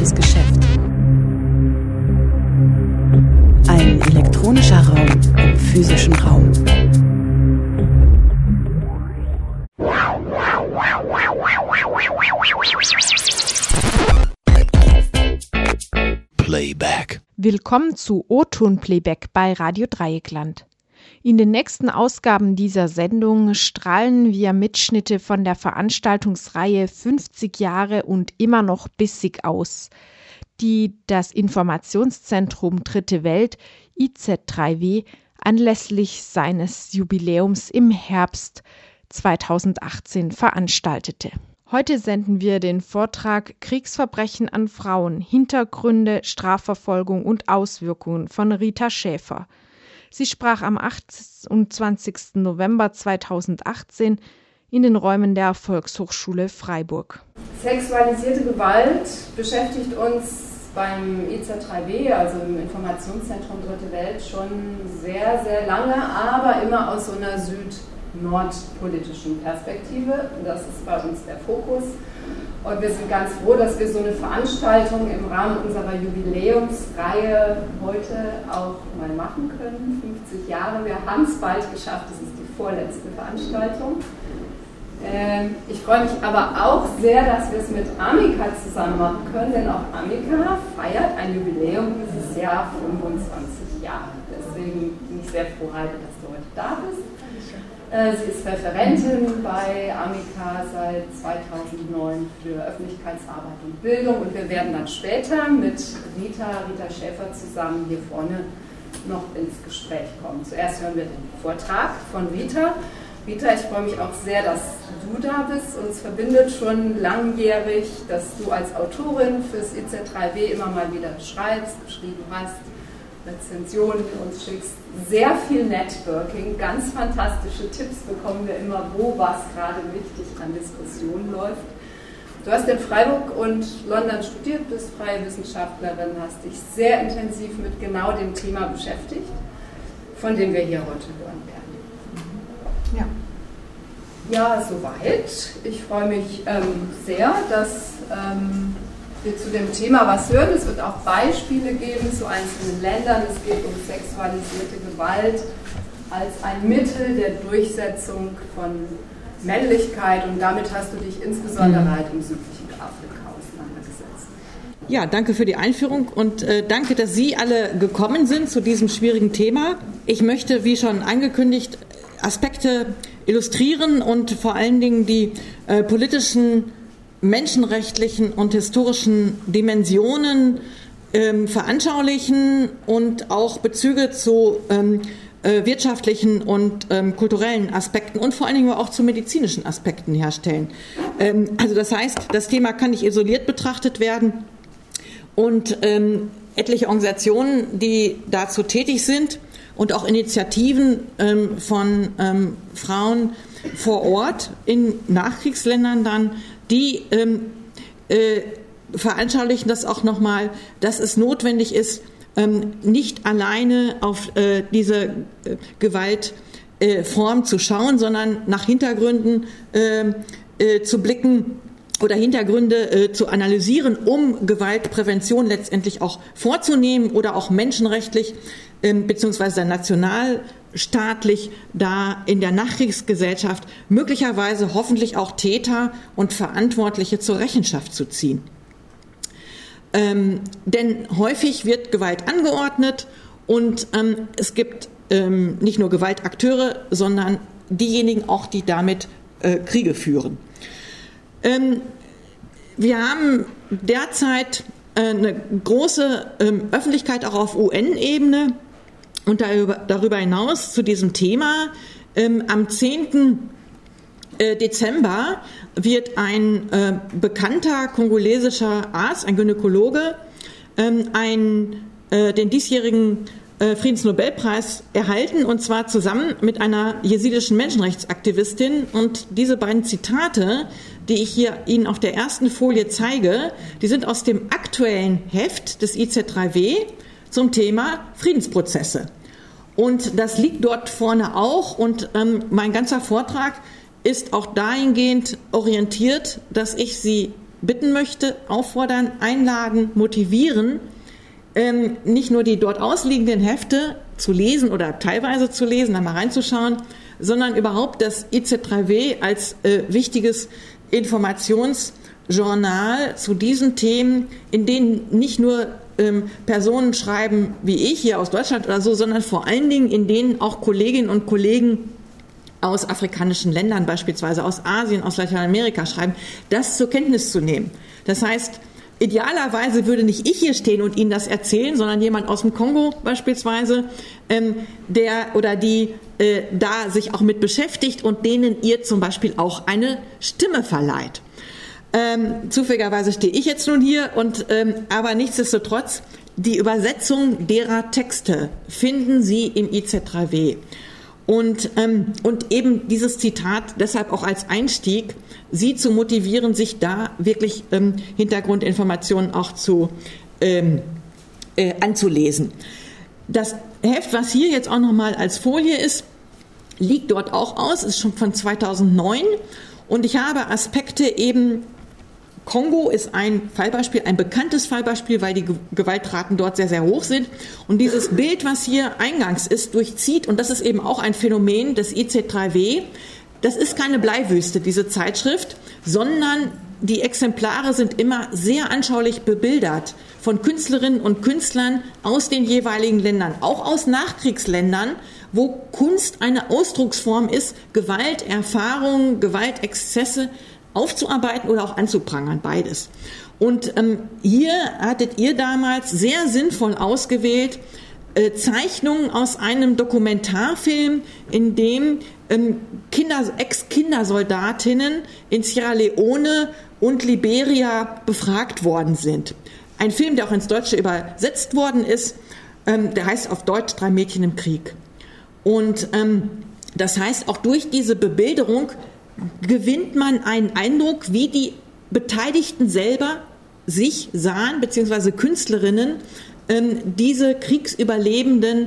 gutes Geschäft. Ein elektronischer Raum im physischen Raum. Playback. Willkommen zu O-Ton Playback bei Radio Dreieckland. In den nächsten Ausgaben dieser Sendung strahlen wir Mitschnitte von der Veranstaltungsreihe 50 Jahre und immer noch bissig aus, die das Informationszentrum Dritte Welt IZ3W anlässlich seines Jubiläums im Herbst 2018 veranstaltete. Heute senden wir den Vortrag Kriegsverbrechen an Frauen, Hintergründe, Strafverfolgung und Auswirkungen von Rita Schäfer. Sie sprach am 28. November 2018 in den Räumen der Volkshochschule Freiburg. Sexualisierte Gewalt beschäftigt uns beim IZ3W, also im Informationszentrum Dritte Welt, schon sehr, sehr lange, aber immer aus so einer süd-nord-politischen Perspektive. Das ist bei uns der Fokus. Und wir sind ganz froh, dass wir so eine Veranstaltung im Rahmen unserer Jubiläumsreihe heute auch mal machen können. 50 Jahre, wir haben es bald geschafft, das ist die vorletzte Veranstaltung. Ich freue mich aber auch sehr, dass wir es mit Amica zusammen machen können, denn auch Amica feiert ein Jubiläum dieses Jahr 25 Jahre. Deswegen bin ich sehr froh, Heide, dass du heute da bist. Sie ist Referentin bei Amica seit 2009 für Öffentlichkeitsarbeit und Bildung und wir werden dann später mit Rita Schäfer zusammen hier vorne noch ins Gespräch kommen. Zuerst hören wir den Vortrag von Rita. Rita, ich freue mich auch sehr, dass du da bist. Uns verbindet schon langjährig, dass du als Autorin fürs IZ3W immer mal wieder geschrieben hast, Rezensionen uns schickst, sehr viel Networking, ganz fantastische Tipps bekommen wir immer, wo was gerade wichtig an Diskussionen läuft. Du hast in Freiburg und London studiert, bist freie Wissenschaftlerin, hast dich sehr intensiv mit genau dem Thema beschäftigt, von dem wir hier heute hören werden. Ja, soweit. Ich freue mich sehr, dass wir zu dem Thema was hören. Es wird auch Beispiele geben zu einzelnen Ländern. Es geht um sexualisierte Gewalt als ein Mittel der Durchsetzung von Männlichkeit und damit hast du dich insbesondere halt im südlichen Afrika auseinandergesetzt. Ja, danke für die Einführung und danke, dass Sie alle gekommen sind zu diesem schwierigen Thema. Ich möchte, wie schon angekündigt, Aspekte illustrieren und vor allen Dingen die politischen, menschenrechtlichen und historischen Dimensionen veranschaulichen und auch Bezüge zu wirtschaftlichen und kulturellen Aspekten und vor allen Dingen auch zu medizinischen Aspekten herstellen. Also das heißt, das Thema kann nicht isoliert betrachtet werden und etliche Organisationen, die dazu tätig sind und auch Initiativen von Frauen vor Ort in Nachkriegsländern dann, die veranschaulichen das auch nochmal, dass es notwendig ist, nicht alleine auf diese Gewaltform zu schauen, sondern nach Hintergründen zu blicken oder Hintergründe zu analysieren, um Gewaltprävention letztendlich auch vorzunehmen oder auch menschenrechtlich beziehungsweise nationalstaatlich da in der Nachkriegsgesellschaft möglicherweise hoffentlich auch Täter und Verantwortliche zur Rechenschaft zu ziehen. Denn häufig wird Gewalt angeordnet und es gibt nicht nur Gewaltakteure, sondern diejenigen auch, die damit Kriege führen. Wir haben derzeit eine große Öffentlichkeit auch auf UN-Ebene und darüber hinaus zu diesem Thema. Am 10. Dezember wird ein bekannter kongolesischer Arzt, ein Gynäkologe, den diesjährigen Friedensnobelpreis erhalten, und zwar zusammen mit einer jesidischen Menschenrechtsaktivistin. Und diese beiden Zitate, die ich hier Ihnen auf der ersten Folie zeige, die sind aus dem aktuellen Heft des IZ3W zum Thema Friedensprozesse. Und das liegt dort vorne auch, und mein ganzer Vortrag ist auch dahingehend orientiert, dass ich Sie bitten möchte, auffordern, einladen, motivieren, nicht nur die dort ausliegenden Hefte zu lesen oder teilweise zu lesen, da mal reinzuschauen, sondern überhaupt das IZ3W als wichtiges Informationsjournal zu diesen Themen, in denen nicht nur Personen schreiben wie ich hier aus Deutschland oder so, sondern vor allen Dingen in denen auch Kolleginnen und Kollegen aus afrikanischen Ländern, beispielsweise aus Asien, aus Lateinamerika schreiben, das zur Kenntnis zu nehmen. Das heißt, idealerweise würde nicht ich hier stehen und Ihnen das erzählen, sondern jemand aus dem Kongo beispielsweise, der oder die da sich auch mit beschäftigt und denen ihr zum Beispiel auch eine Stimme verleiht. Zufälligerweise stehe ich jetzt nun hier, aber nichtsdestotrotz, die Übersetzung derer Texte finden Sie im IZ3W. Und eben dieses Zitat deshalb auch als Einstieg, Sie zu motivieren, sich da wirklich Hintergrundinformationen auch anzulesen. Das Heft, was hier jetzt auch nochmal als Folie ist, liegt dort auch aus, ist schon von 2009 und ich habe Aspekte eben, Kongo ist ein Fallbeispiel, ein bekanntes Fallbeispiel, weil die Gewaltraten dort sehr, sehr hoch sind. Und dieses Bild, was hier eingangs ist, durchzieht, und das ist eben auch ein Phänomen des IZ3W, das ist keine Bleiwüste, diese Zeitschrift, sondern die Exemplare sind immer sehr anschaulich bebildert von Künstlerinnen und Künstlern aus den jeweiligen Ländern, auch aus Nachkriegsländern, wo Kunst eine Ausdrucksform ist, Gewalterfahrungen, Gewaltexzesse aufzuarbeiten oder auch anzuprangern, beides. Und hier hattet ihr damals sehr sinnvoll ausgewählt Zeichnungen aus einem Dokumentarfilm, in dem Ex-Kindersoldatinnen in Sierra Leone und Liberia befragt worden sind. Ein Film, der auch ins Deutsche übersetzt worden ist, der heißt auf Deutsch 3 Mädchen im Krieg. Und das heißt, auch durch diese Bebilderung gewinnt man einen Eindruck, wie die Beteiligten selber sich sahen, beziehungsweise Künstlerinnen, diese Kriegsüberlebenden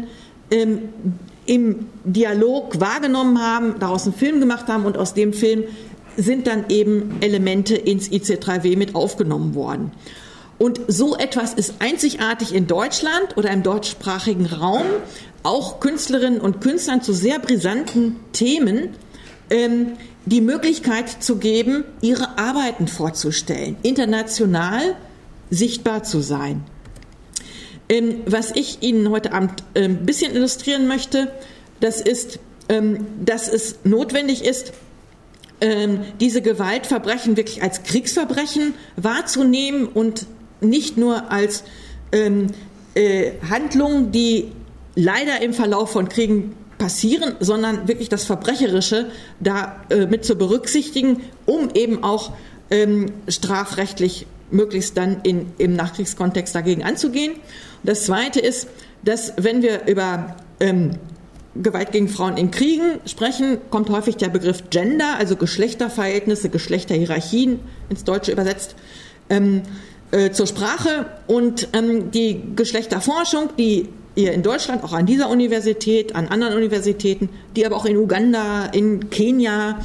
im Dialog wahrgenommen haben, daraus einen Film gemacht haben und aus dem Film sind dann eben Elemente ins IZ3W mit aufgenommen worden. Und so etwas ist einzigartig in Deutschland oder im deutschsprachigen Raum, auch Künstlerinnen und Künstlern zu sehr brisanten Themen die Möglichkeit zu geben, ihre Arbeiten vorzustellen, international sichtbar zu sein. Was ich Ihnen heute Abend ein bisschen illustrieren möchte, das ist, dass es notwendig ist, diese Gewaltverbrechen wirklich als Kriegsverbrechen wahrzunehmen und nicht nur als Handlungen, die leider im Verlauf von Kriegen passieren, sondern wirklich das Verbrecherische da mit zu berücksichtigen, um eben auch strafrechtlich möglichst dann im Nachkriegskontext dagegen anzugehen. Und das Zweite ist, dass wenn wir über Gewalt gegen Frauen in Kriegen sprechen, kommt häufig der Begriff Gender, also Geschlechterverhältnisse, Geschlechterhierarchien ins Deutsche übersetzt, zur Sprache. Und die Geschlechterforschung, die ihr in Deutschland, auch an dieser Universität, an anderen Universitäten, die aber auch in Uganda, in Kenia,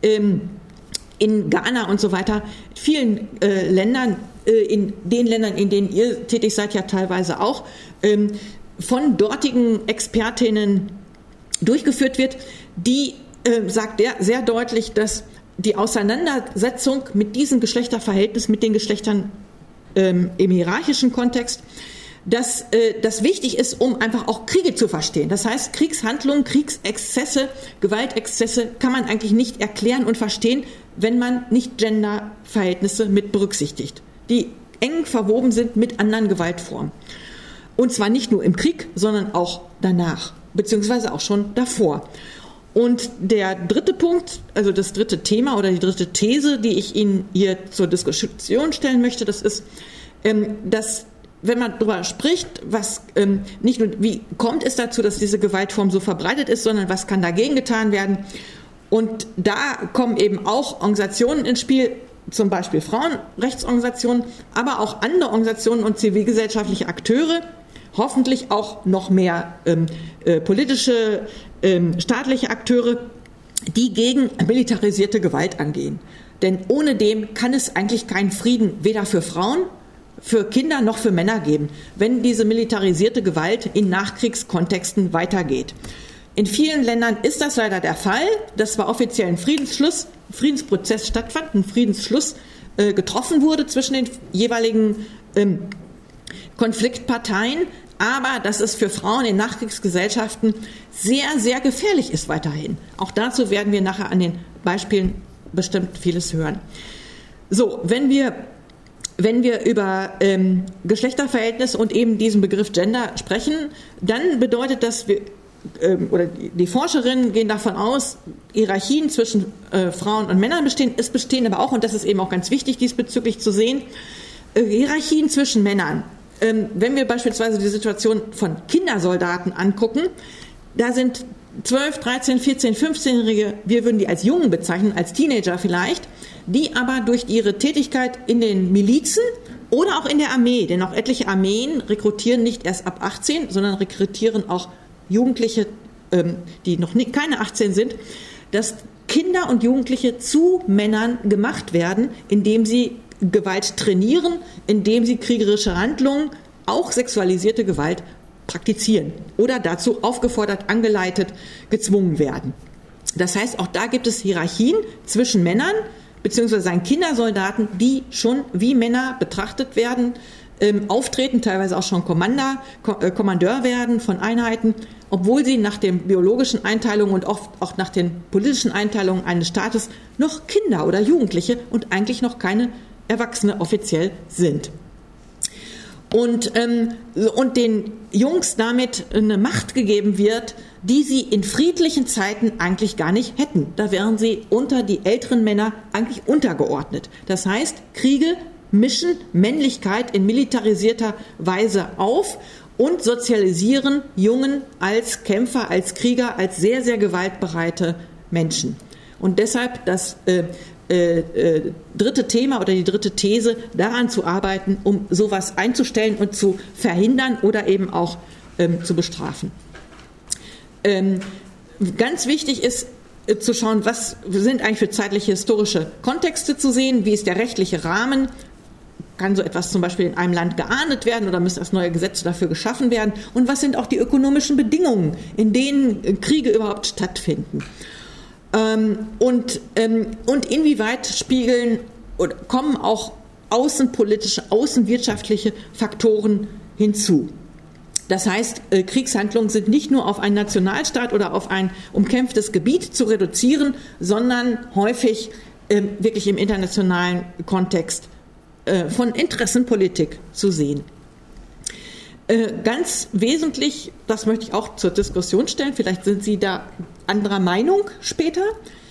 in Ghana und so weiter, vielen Ländern, in den Ländern, in denen ihr tätig seid, ja teilweise auch, von dortigen Expertinnen durchgeführt wird, die sagt sehr deutlich, dass die Auseinandersetzung mit diesem Geschlechterverhältnis, mit den Geschlechtern im hierarchischen Kontext, dass das wichtig ist, um einfach auch Kriege zu verstehen. Das heißt, Kriegshandlungen, Kriegsexzesse, Gewaltexzesse kann man eigentlich nicht erklären und verstehen, wenn man nicht Genderverhältnisse mit berücksichtigt, die eng verwoben sind mit anderen Gewaltformen. Und zwar nicht nur im Krieg, sondern auch danach, beziehungsweise auch schon davor. Und der dritte Punkt, also das dritte Thema oder die dritte These, die ich Ihnen hier zur Diskussion stellen möchte, das ist, dass wenn man darüber spricht, was nicht nur wie kommt es dazu, dass diese Gewaltform so verbreitet ist, sondern was kann dagegen getan werden. Und da kommen eben auch Organisationen ins Spiel, zum Beispiel Frauenrechtsorganisationen, aber auch andere Organisationen und zivilgesellschaftliche Akteure, hoffentlich auch noch mehr politische, staatliche Akteure, die gegen militarisierte Gewalt angehen. Denn ohne dem kann es eigentlich keinen Frieden weder für Frauen, für Kinder noch für Männer geben, wenn diese militarisierte Gewalt in Nachkriegskontexten weitergeht. In vielen Ländern ist das leider der Fall, dass zwar offiziell ein Friedensprozess stattfand, ein Friedensschluss getroffen wurde zwischen den jeweiligen Konfliktparteien, aber dass es für Frauen in Nachkriegsgesellschaften sehr, sehr gefährlich ist weiterhin. Auch dazu werden wir nachher an den Beispielen bestimmt vieles hören. So, wenn wir über Geschlechterverhältnisse und eben diesen Begriff Gender sprechen, dann bedeutet das, oder die Forscherinnen gehen davon aus, Hierarchien zwischen Frauen und Männern bestehen. Es bestehen aber auch, und das ist eben auch ganz wichtig diesbezüglich zu sehen, Hierarchien zwischen Männern. Wenn wir beispielsweise die Situation von Kindersoldaten angucken, da sind 12, 13, 14, 15-Jährige, wir würden die als Jungen bezeichnen, als Teenager vielleicht, die aber durch ihre Tätigkeit in den Milizen oder auch in der Armee, denn auch etliche Armeen rekrutieren nicht erst ab 18, sondern rekrutieren auch Jugendliche, die noch keine 18 sind, dass Kinder und Jugendliche zu Männern gemacht werden, indem sie Gewalt trainieren, indem sie kriegerische Handlungen, auch sexualisierte Gewalt praktizieren oder dazu aufgefordert, angeleitet, gezwungen werden. Das heißt, auch da gibt es Hierarchien zwischen Männern beziehungsweise seinen Kindersoldaten, die schon wie Männer betrachtet werden, auftreten, teilweise auch schon Kommandeur werden von Einheiten, obwohl sie nach den biologischen Einteilungen und oft auch nach den politischen Einteilungen eines Staates noch Kinder oder Jugendliche und eigentlich noch keine Erwachsene offiziell sind. Und den Jungs damit eine Macht gegeben wird, die sie in friedlichen Zeiten eigentlich gar nicht hätten. Da wären sie unter die älteren Männer eigentlich untergeordnet. Das heißt, Kriege mischen Männlichkeit in militarisierter Weise auf und sozialisieren Jungen als Kämpfer, als Krieger, als sehr, sehr gewaltbereite Menschen. Und deshalb das dritte Thema oder die dritte These, daran zu arbeiten, um sowas einzustellen und zu verhindern oder eben auch zu bestrafen. Ganz wichtig ist zu schauen, was sind eigentlich für zeitliche historische Kontexte zu sehen, wie ist der rechtliche Rahmen, kann so etwas zum Beispiel in einem Land geahndet werden oder müssen erst neue Gesetze dafür geschaffen werden und was sind auch die ökonomischen Bedingungen, in denen Kriege überhaupt stattfinden. Und inwieweit spiegeln oder kommen auch außenpolitische, außenwirtschaftliche Faktoren hinzu. Das heißt, Kriegshandlungen sind nicht nur auf einen Nationalstaat oder auf ein umkämpftes Gebiet zu reduzieren, sondern häufig wirklich im internationalen Kontext von Interessenpolitik zu sehen. Ganz wesentlich, das möchte ich auch zur Diskussion stellen, vielleicht sind Sie da anderer Meinung später,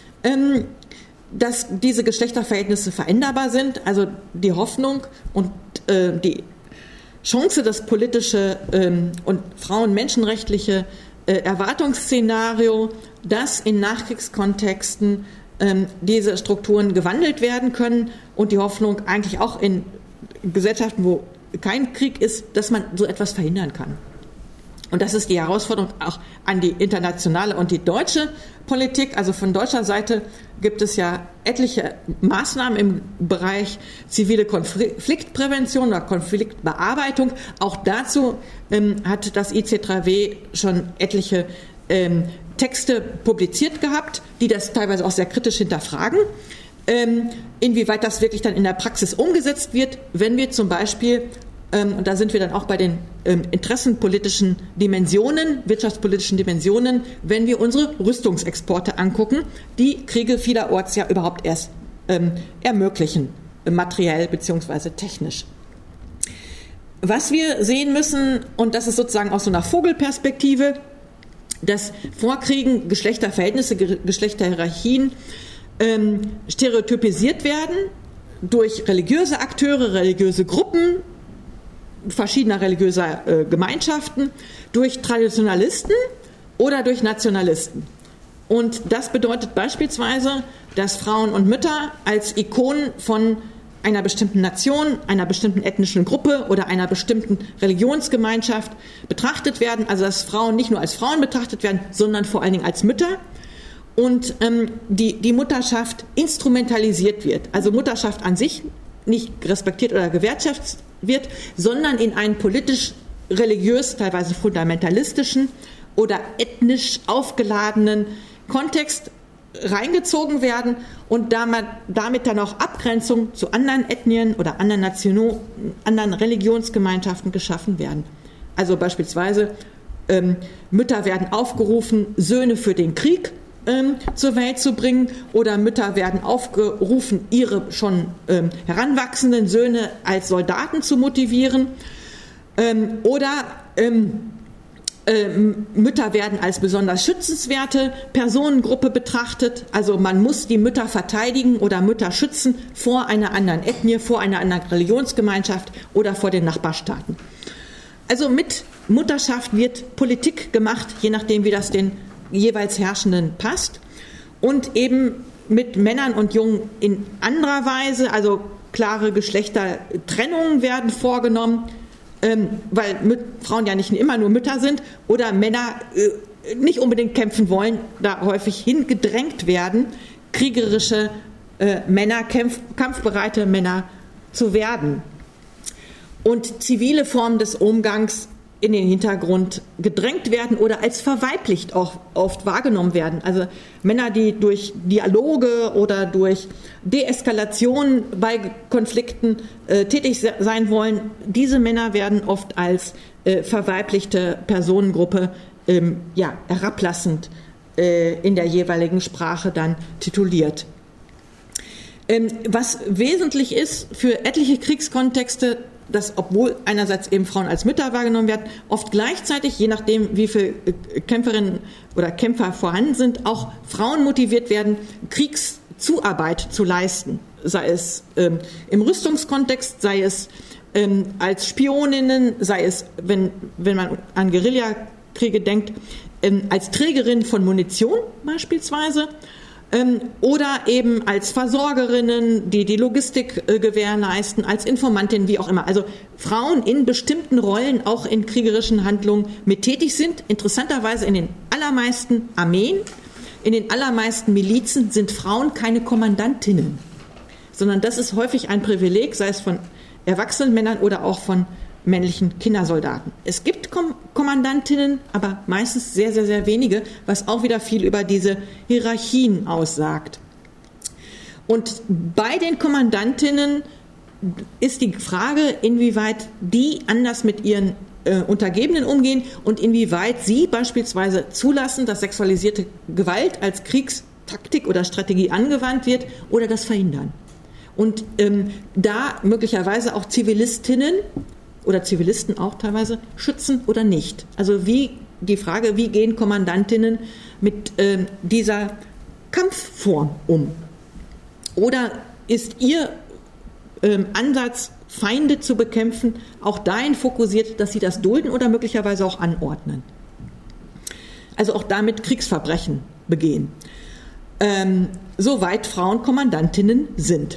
dass diese Geschlechterverhältnisse veränderbar sind, also die Hoffnung und die Chance, das politische und frauenmenschenrechtliche Erwartungsszenario, dass in Nachkriegskontexten diese Strukturen gewandelt werden können und die Hoffnung eigentlich auch in Gesellschaften, wo kein Krieg ist, dass man so etwas verhindern kann. Und das ist die Herausforderung auch an die internationale und die deutsche Politik. Also von deutscher Seite gibt es ja etliche Maßnahmen im Bereich zivile Konfliktprävention oder Konfliktbearbeitung. Auch dazu hat das IC3W schon etliche Texte publiziert gehabt, die das teilweise auch sehr kritisch hinterfragen. Inwieweit das wirklich dann in der Praxis umgesetzt wird, wenn wir zum Beispiel, und da sind wir dann auch bei den interessenpolitischen Dimensionen, wirtschaftspolitischen Dimensionen, wenn wir unsere Rüstungsexporte angucken, die Kriege vielerorts ja überhaupt erst ermöglichen, materiell bzw. technisch. Was wir sehen müssen, und das ist sozusagen aus so einer Vogelperspektive, dass vor Kriegen Geschlechterverhältnisse, Geschlechterhierarchien stereotypisiert werden durch religiöse Akteure, religiöse Gruppen, verschiedener religiöser Gemeinschaften, durch Traditionalisten oder durch Nationalisten. Und das bedeutet beispielsweise, dass Frauen und Mütter als Ikonen von einer bestimmten Nation, einer bestimmten ethnischen Gruppe oder einer bestimmten Religionsgemeinschaft betrachtet werden, also dass Frauen nicht nur als Frauen betrachtet werden, sondern vor allen Dingen als Mütter und die Mutterschaft instrumentalisiert wird. Also Mutterschaft an sich nicht respektiert oder gewertschätzt wird, sondern in einen politisch-religiös, teilweise fundamentalistischen oder ethnisch aufgeladenen Kontext reingezogen werden und damit dann auch Abgrenzung zu anderen Ethnien oder anderen Religionsgemeinschaften geschaffen werden. Also beispielsweise Mütter werden aufgerufen, Söhne für den Krieg zur Welt zu bringen, oder Mütter werden aufgerufen, ihre schon heranwachsenden Söhne als Soldaten zu motivieren, oder Mütter werden als besonders schützenswerte Personengruppe betrachtet. Also man muss die Mütter verteidigen oder Mütter schützen vor einer anderen Ethnie, vor einer anderen Religionsgemeinschaft oder vor den Nachbarstaaten. Also mit Mutterschaft wird Politik gemacht, je nachdem, wie das den jeweils Herrschenden passt. Und eben mit Männern und Jungen in anderer Weise, also klare Geschlechtertrennungen werden vorgenommen, weil Frauen ja nicht immer nur Mütter sind oder Männer nicht unbedingt kämpfen wollen, da häufig hingedrängt werden, kriegerische Männer, kampfbereite Männer zu werden. Und zivile Formen des Umgangs in den Hintergrund gedrängt werden oder als verweiblicht auch oft wahrgenommen werden. Also Männer, die durch Dialoge oder durch Deeskalation bei Konflikten tätig sein wollen, diese Männer werden oft als verweiblichte Personengruppe herablassend in der jeweiligen Sprache dann tituliert. Was wesentlich ist für etliche Kriegskontexte, dass, obwohl einerseits eben Frauen als Mütter wahrgenommen werden, oft gleichzeitig, je nachdem wie viele Kämpferinnen oder Kämpfer vorhanden sind, auch Frauen motiviert werden, Kriegszuarbeit zu leisten. Sei es im Rüstungskontext, sei es als Spioninnen, sei es, wenn man an Guerillakriege denkt, als Trägerin von Munition beispielsweise, oder eben als Versorgerinnen, die Logistik gewährleisten, als Informantin, wie auch immer. Also Frauen in bestimmten Rollen, auch in kriegerischen Handlungen mit tätig sind. Interessanterweise in den allermeisten Armeen, in den allermeisten Milizen sind Frauen keine Kommandantinnen, sondern das ist häufig ein Privileg, sei es von erwachsenen Männern oder auch von männlichen Kindersoldaten. Es gibt Kommandantinnen, aber meistens sehr, sehr, sehr wenige, was auch wieder viel über diese Hierarchien aussagt. Und bei den Kommandantinnen ist die Frage, inwieweit die anders mit ihren Untergebenen umgehen und inwieweit sie beispielsweise zulassen, dass sexualisierte Gewalt als Kriegstaktik oder Strategie angewandt wird oder das verhindern. Und da möglicherweise auch Zivilistinnen oder Zivilisten auch teilweise schützen oder nicht. Also die Frage, wie gehen Kommandantinnen mit dieser Kampfform um? Oder ist ihr Ansatz, Feinde zu bekämpfen, auch dahin fokussiert, dass sie das dulden oder möglicherweise auch anordnen? Also auch damit Kriegsverbrechen begehen. Soweit Frauen Kommandantinnen sind.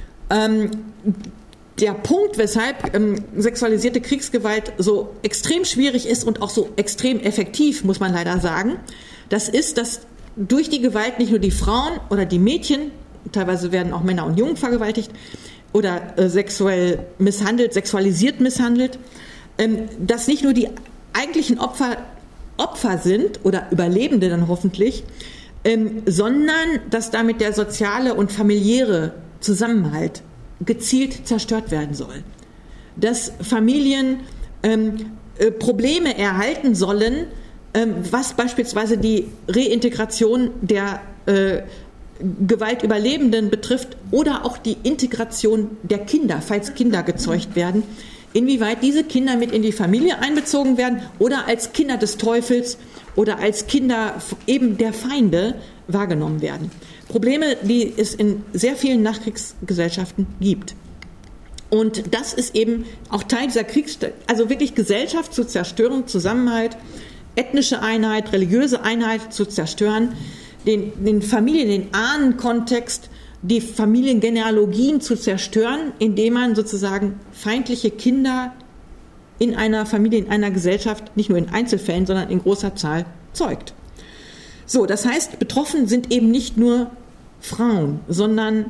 Der Punkt, weshalb sexualisierte Kriegsgewalt so extrem schwierig ist und auch so extrem effektiv, muss man leider sagen, das ist, dass durch die Gewalt nicht nur die Frauen oder die Mädchen, teilweise werden auch Männer und Jungen vergewaltigt oder sexualisiert misshandelt, dass nicht nur die eigentlichen Opfer sind oder Überlebende dann hoffentlich, sondern dass damit der soziale und familiäre Zusammenhalt gezielt zerstört werden soll. Dass Familien Probleme erhalten sollen, was beispielsweise die Reintegration der Gewaltüberlebenden betrifft oder auch die Integration der Kinder, falls Kinder gezeugt werden, inwieweit diese Kinder mit in die Familie einbezogen werden oder als Kinder des Teufels oder als Kinder eben der Feinde wahrgenommen werden. Probleme, die es in sehr vielen Nachkriegsgesellschaften gibt. Und das ist eben auch Teil dieser also wirklich Gesellschaft zu zerstören, Zusammenhalt, ethnische Einheit, religiöse Einheit zu zerstören, den Familien, den Ahnenkontext, die Familiengenealogien zu zerstören, indem man sozusagen feindliche Kinder in einer Familie, in einer Gesellschaft, nicht nur in Einzelfällen, sondern in großer Zahl zeugt. So, das heißt, betroffen sind eben nicht nur Frauen, sondern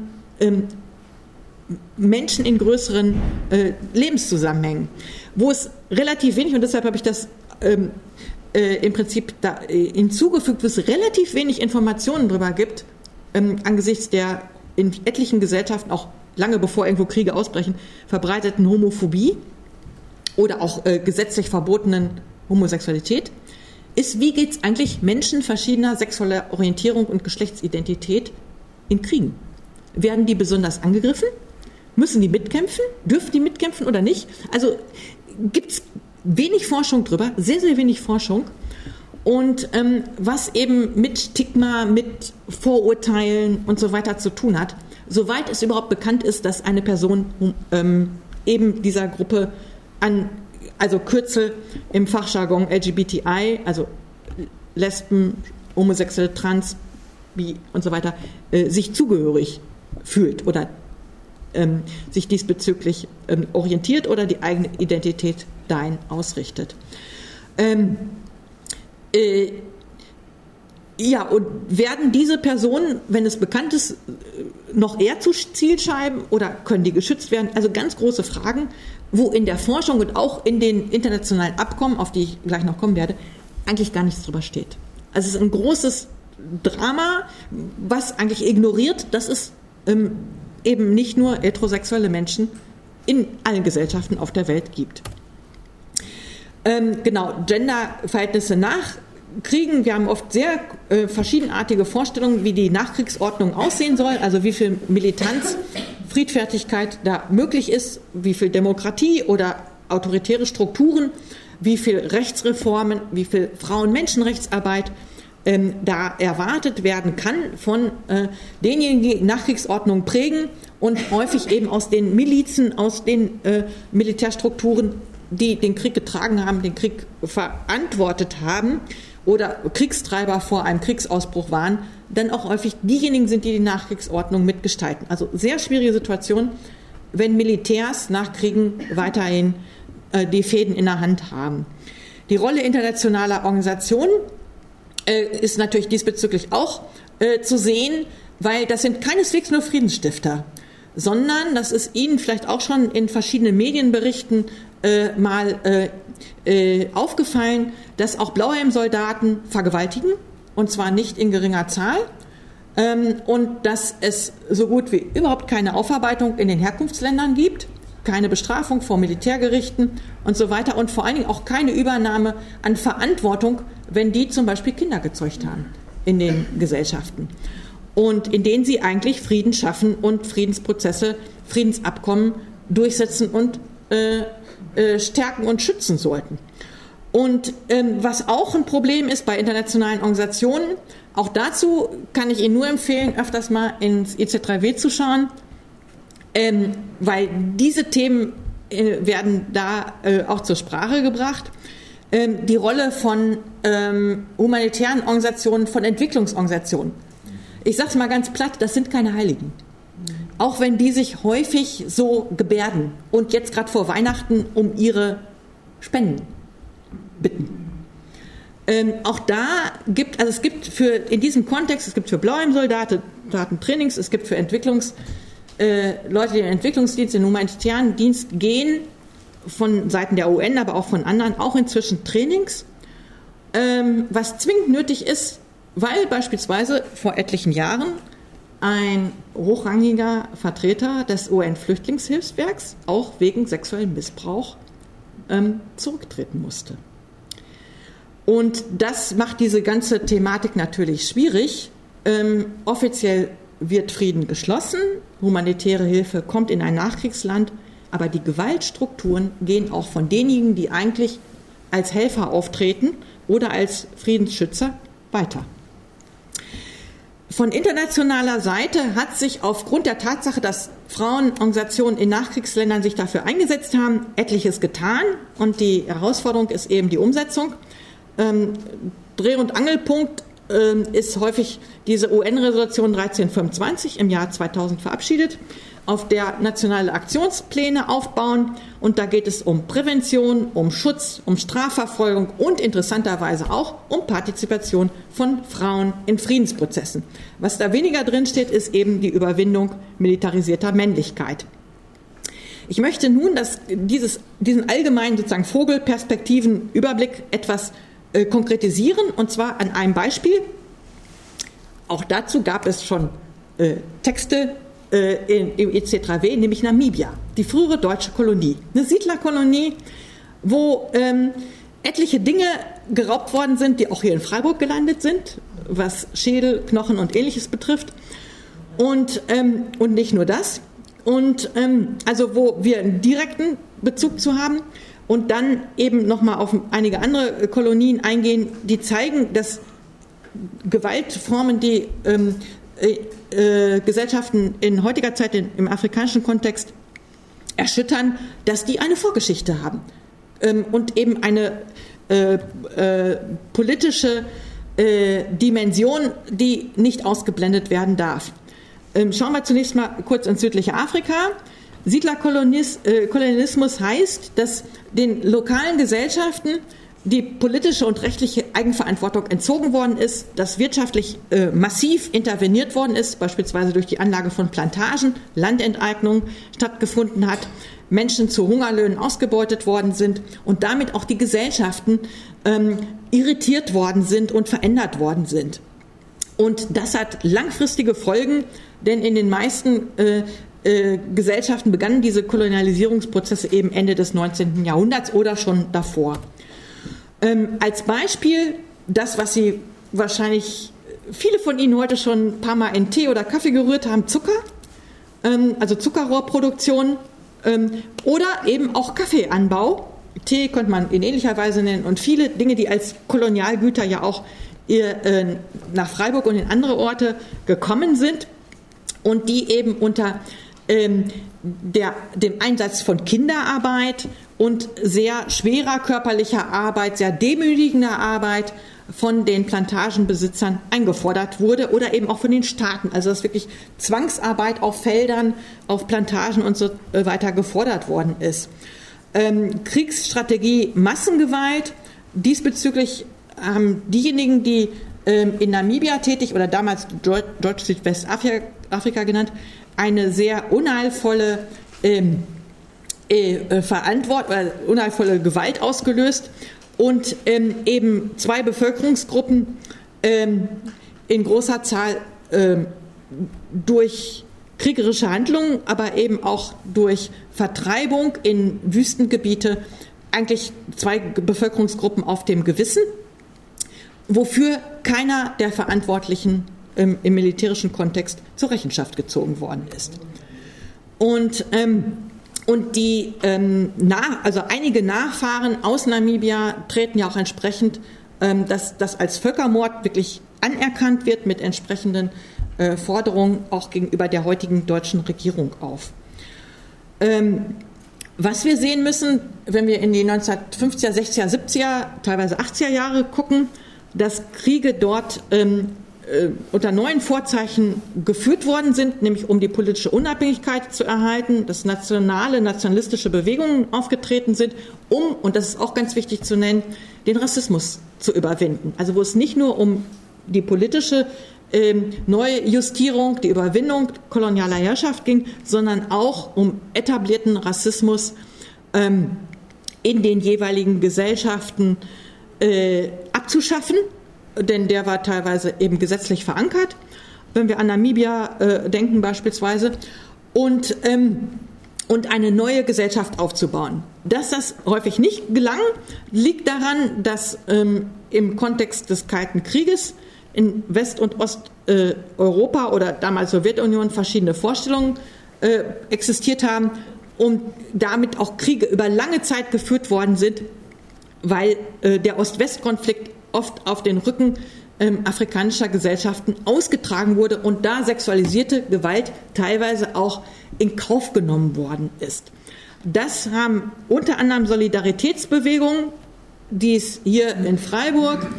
Menschen in größeren Lebenszusammenhängen, wo es relativ wenig, und deshalb habe ich das im Prinzip da hinzugefügt, wo es relativ wenig Informationen darüber gibt, angesichts der in etlichen Gesellschaften, auch lange bevor irgendwo Kriege ausbrechen, verbreiteten Homophobie oder auch gesetzlich verbotenen Homosexualität, ist, wie geht es eigentlich Menschen verschiedener sexueller Orientierung und Geschlechtsidentität in Kriegen? Werden die besonders angegriffen? Müssen die mitkämpfen? Dürfen die mitkämpfen oder nicht? Also gibt es wenig Forschung drüber, sehr, sehr wenig Forschung. Und was eben mit Stigma, mit Vorurteilen und so weiter zu tun hat, soweit es überhaupt bekannt ist, dass eine Person eben dieser Gruppe also Kürzel im Fachjargon LGBTI, also Lesben, Homosexuelle, Trans, Bi und so weiter, sich zugehörig fühlt oder sich diesbezüglich orientiert oder die eigene Identität dahin ausrichtet. Ja, und werden diese Personen, wenn es bekannt ist, noch eher zu Zielscheiben oder können die geschützt werden? Also ganz große Fragen, wo in der Forschung und auch in den internationalen Abkommen, auf die ich gleich noch kommen werde, eigentlich gar nichts drüber steht. Also es ist ein großes Drama, was eigentlich ignoriert, dass es eben nicht nur heterosexuelle Menschen in allen Gesellschaften auf der Welt gibt. Genau, Genderverhältnisse nach Kriegen. Wir haben oft sehr verschiedenartige Vorstellungen, wie die Nachkriegsordnung aussehen soll, also wie viel Militanz, Friedfertigkeit da möglich ist, wie viel Demokratie oder autoritäre Strukturen, wie viel Rechtsreformen, wie viel Frauen-Menschenrechtsarbeit da erwartet werden kann von denjenigen, die Nachkriegsordnung prägen und häufig eben aus den Milizen, aus den Militärstrukturen, die den Krieg getragen haben, den Krieg verantwortet haben oder Kriegstreiber vor einem Kriegsausbruch waren, dann auch häufig diejenigen sind, die die Nachkriegsordnung mitgestalten. Also sehr schwierige Situation, wenn Militärs nach Kriegen weiterhin die Fäden in der Hand haben. Die Rolle internationaler Organisationen ist natürlich diesbezüglich auch zu sehen, weil das sind keineswegs nur Friedensstifter, sondern das ist Ihnen vielleicht auch schon in verschiedenen Medienberichten mal aufgefallen, dass auch Blauhelm-Soldaten vergewaltigen, und zwar nicht in geringer Zahl, und dass es so gut wie überhaupt keine Aufarbeitung in den Herkunftsländern gibt, keine Bestrafung vor Militärgerichten und so weiter und vor allen Dingen auch keine Übernahme an Verantwortung, wenn die zum Beispiel Kinder gezeugt haben in den Gesellschaften und in denen sie eigentlich Frieden schaffen und Friedensprozesse, Friedensabkommen durchsetzen und stärken und schützen sollten. Und was auch ein Problem ist bei internationalen Organisationen, auch dazu kann ich Ihnen nur empfehlen, öfters mal ins IZ3W zu schauen, weil diese Themen werden da auch zur Sprache gebracht. Die Rolle von humanitären Organisationen, von Entwicklungsorganisationen. Ich sage es mal ganz platt, das sind keine Heiligen. Auch wenn die sich häufig so gebärden und jetzt gerade vor Weihnachten um ihre Spenden bitten. Auch da gibt, also es gibt in diesem Kontext, es gibt für Blauhelm-Soldaten Trainings, es gibt für Leute, die in den Entwicklungsdienst, in den humanitären Dienst gehen, von Seiten der UN, aber auch von anderen, auch inzwischen Trainings, was zwingend nötig ist, weil beispielsweise vor etlichen Jahren ein hochrangiger Vertreter des UN-Flüchtlingshilfswerks auch wegen sexuellem Missbrauch zurücktreten musste. Und das macht diese ganze Thematik natürlich schwierig. Offiziell wird Frieden geschlossen, humanitäre Hilfe kommt in ein Nachkriegsland, aber die Gewaltstrukturen gehen auch von denjenigen, die eigentlich als Helfer auftreten oder als Friedensschützer, weiter. Von internationaler Seite hat sich aufgrund der Tatsache, dass Frauenorganisationen in Nachkriegsländern sich dafür eingesetzt haben, etliches getan. Und die Herausforderung ist eben die Umsetzung. Dreh- und Angelpunkt ist häufig diese UN-Resolution 1325 im Jahr 2000 verabschiedet, auf der nationale Aktionspläne aufbauen. Und da geht es um Prävention, um Schutz, um Strafverfolgung und interessanterweise auch um Partizipation von Frauen in Friedensprozessen. Was da weniger drin steht, ist eben die Überwindung militarisierter Männlichkeit. Ich möchte nun diesen allgemeinen sozusagen Vogelperspektiven-Überblick etwas konkretisieren, und zwar an einem Beispiel. Auch dazu gab es schon Texte im EC3W, nämlich Namibia, die frühere deutsche Kolonie. Eine Siedlerkolonie, wo etliche Dinge geraubt worden sind, die auch hier in Freiburg gelandet sind, was Schädel, Knochen und Ähnliches betrifft. Und nicht nur das. Und also wo wir einen direkten Bezug zu haben. Und dann eben nochmal auf einige andere Kolonien eingehen, die zeigen, dass Gewaltformen, die Gesellschaften in heutiger Zeit im afrikanischen Kontext erschüttern, dass die eine Vorgeschichte haben und eben eine politische Dimension, die nicht ausgeblendet werden darf. Schauen wir zunächst mal kurz ins südliche Afrika. Siedlerkolonialismus heißt, dass den lokalen Gesellschaften die politische und rechtliche Eigenverantwortung entzogen worden ist, dass wirtschaftlich massiv interveniert worden ist, beispielsweise durch die Anlage von Plantagen, Landenteignung stattgefunden hat, Menschen zu Hungerlöhnen ausgebeutet worden sind und damit auch die Gesellschaften irritiert worden sind und verändert worden sind. Und das hat langfristige Folgen, denn in den meisten Gesellschaften begannen diese Kolonialisierungsprozesse eben Ende des 19. Jahrhunderts oder schon davor. Als Beispiel das, was Sie wahrscheinlich, viele von Ihnen heute schon ein paar Mal in Tee oder Kaffee gerührt haben, Zucker, also Zuckerrohrproduktion oder eben auch Kaffeeanbau. Tee könnte man in ähnlicher Weise nennen und viele Dinge, die als Kolonialgüter ja auch nach Freiburg und in andere Orte gekommen sind und die eben unter dem Einsatz von Kinderarbeit und sehr schwerer körperlicher Arbeit, sehr demütigender Arbeit von den Plantagenbesitzern eingefordert wurde oder eben auch von den Staaten. Also dass wirklich Zwangsarbeit auf Feldern, auf Plantagen und so weiter gefordert worden ist. Kriegsstrategie, Massengewalt. Diesbezüglich haben diejenigen, die in Namibia tätig oder damals Deutsch-Südwestafrika genannt, eine sehr unheilvolle unheilvolle Gewalt ausgelöst und eben zwei Bevölkerungsgruppen in großer Zahl durch kriegerische Handlungen, aber eben auch durch Vertreibung in Wüstengebiete, eigentlich zwei Bevölkerungsgruppen auf dem Gewissen, wofür keiner der Verantwortlichen im militärischen Kontext zur Rechenschaft gezogen worden ist. Und die also einige Nachfahren aus Namibia treten ja auch entsprechend, dass das als Völkermord wirklich anerkannt wird mit entsprechenden Forderungen auch gegenüber der heutigen deutschen Regierung auf. Was wir sehen müssen, wenn wir in die 1950er, 60er, 70er, teilweise 80er Jahre gucken, dass Kriege dort unter neuen Vorzeichen geführt worden sind, nämlich um die politische Unabhängigkeit zu erhalten, dass nationalistische Bewegungen aufgetreten sind, und das ist auch ganz wichtig zu nennen, den Rassismus zu überwinden. Also wo es nicht nur um die politische Neujustierung, die Überwindung kolonialer Herrschaft ging, sondern auch um etablierten Rassismus in den jeweiligen Gesellschaften abzuschaffen, denn der war teilweise eben gesetzlich verankert, wenn wir an Namibia denken beispielsweise, und eine neue Gesellschaft aufzubauen. Dass das häufig nicht gelang, liegt daran, dass im Kontext des Kalten Krieges in West- und Osteuropa oder damals Sowjetunion verschiedene Vorstellungen existiert haben und damit auch Kriege über lange Zeit geführt worden sind, weil der Ost-West-Konflikt oft auf den Rücken afrikanischer Gesellschaften ausgetragen wurde und da sexualisierte Gewalt teilweise auch in Kauf genommen worden ist. Das haben unter anderem Solidaritätsbewegungen, die es hier in Freiburg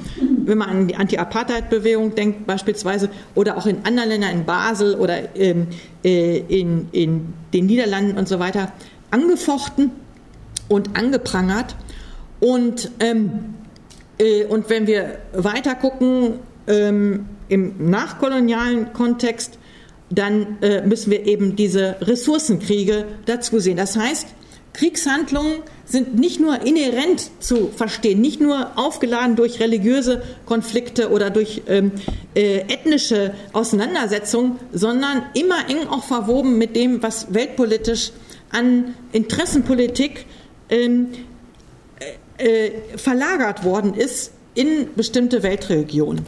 wenn man an die Anti-Apartheid-Bewegung denkt beispielsweise, oder auch in anderen Ländern, in Basel oder in den Niederlanden und so weiter, angefochten und angeprangert. Und wenn wir weiter gucken, im nachkolonialen Kontext, dann müssen wir eben diese Ressourcenkriege dazu sehen. Das heißt, Kriegshandlungen sind nicht nur inhärent zu verstehen, nicht nur aufgeladen durch religiöse Konflikte oder durch ethnische Auseinandersetzungen, sondern immer eng auch verwoben mit dem, was weltpolitisch an Interessenpolitik verlagert worden ist in bestimmte Weltregionen.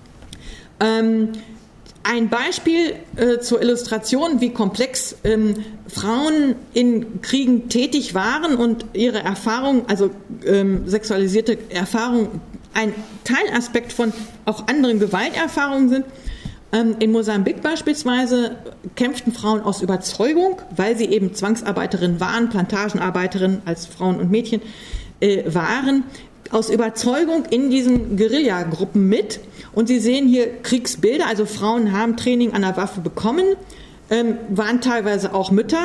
Ein Beispiel zur Illustration, wie komplex Frauen in Kriegen tätig waren und ihre Erfahrung, also sexualisierte Erfahrung, ein Teilaspekt von auch anderen Gewalterfahrungen sind. In Mosambik beispielsweise kämpften Frauen aus Überzeugung, weil sie eben Zwangsarbeiterinnen waren, Plantagenarbeiterinnen als Frauen und Mädchen waren, aus Überzeugung in diesen Guerillagruppen mit. Und Sie sehen hier Kriegsbilder, also Frauen haben Training an der Waffe bekommen, waren teilweise auch Mütter,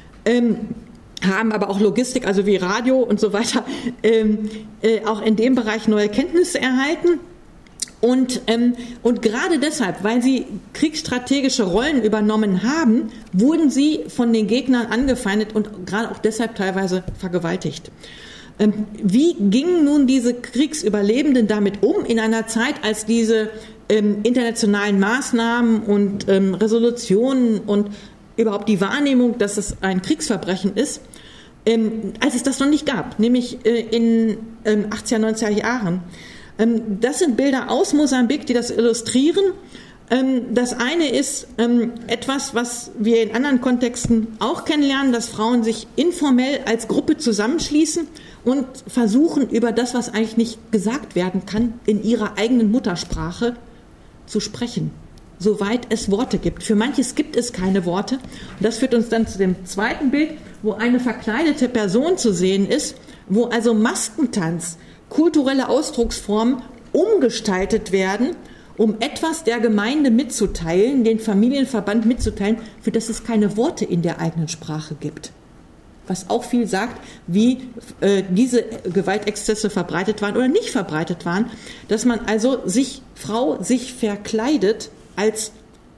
haben aber auch Logistik, also wie Radio und so weiter, auch in dem Bereich neue Kenntnisse erhalten. Und gerade deshalb, weil sie kriegsstrategische Rollen übernommen haben, wurden sie von den Gegnern angefeindet und gerade auch deshalb teilweise vergewaltigt. Wie gingen nun diese Kriegsüberlebenden damit um in einer Zeit, als diese internationalen Maßnahmen und Resolutionen und überhaupt die Wahrnehmung, dass es ein Kriegsverbrechen ist, als es das noch nicht gab, nämlich in 80er, 90er Jahren. Das sind Bilder aus Mosambik, die das illustrieren. Das eine ist etwas, was wir in anderen Kontexten auch kennenlernen, dass Frauen sich informell als Gruppe zusammenschließen und versuchen, über das, was eigentlich nicht gesagt werden kann, in ihrer eigenen Muttersprache zu sprechen, soweit es Worte gibt. Für manches gibt es keine Worte. Und das führt uns dann zu dem zweiten Bild, wo eine verkleidete Person zu sehen ist, wo also Maskentanz, kulturelle Ausdrucksformen umgestaltet werden, um etwas der Gemeinde mitzuteilen, den Familienverband mitzuteilen, für das es keine Worte in der eigenen Sprache gibt. Was auch viel sagt, wie diese Gewaltexzesse verbreitet waren oder nicht verbreitet waren, dass man also Frau sich verkleidet als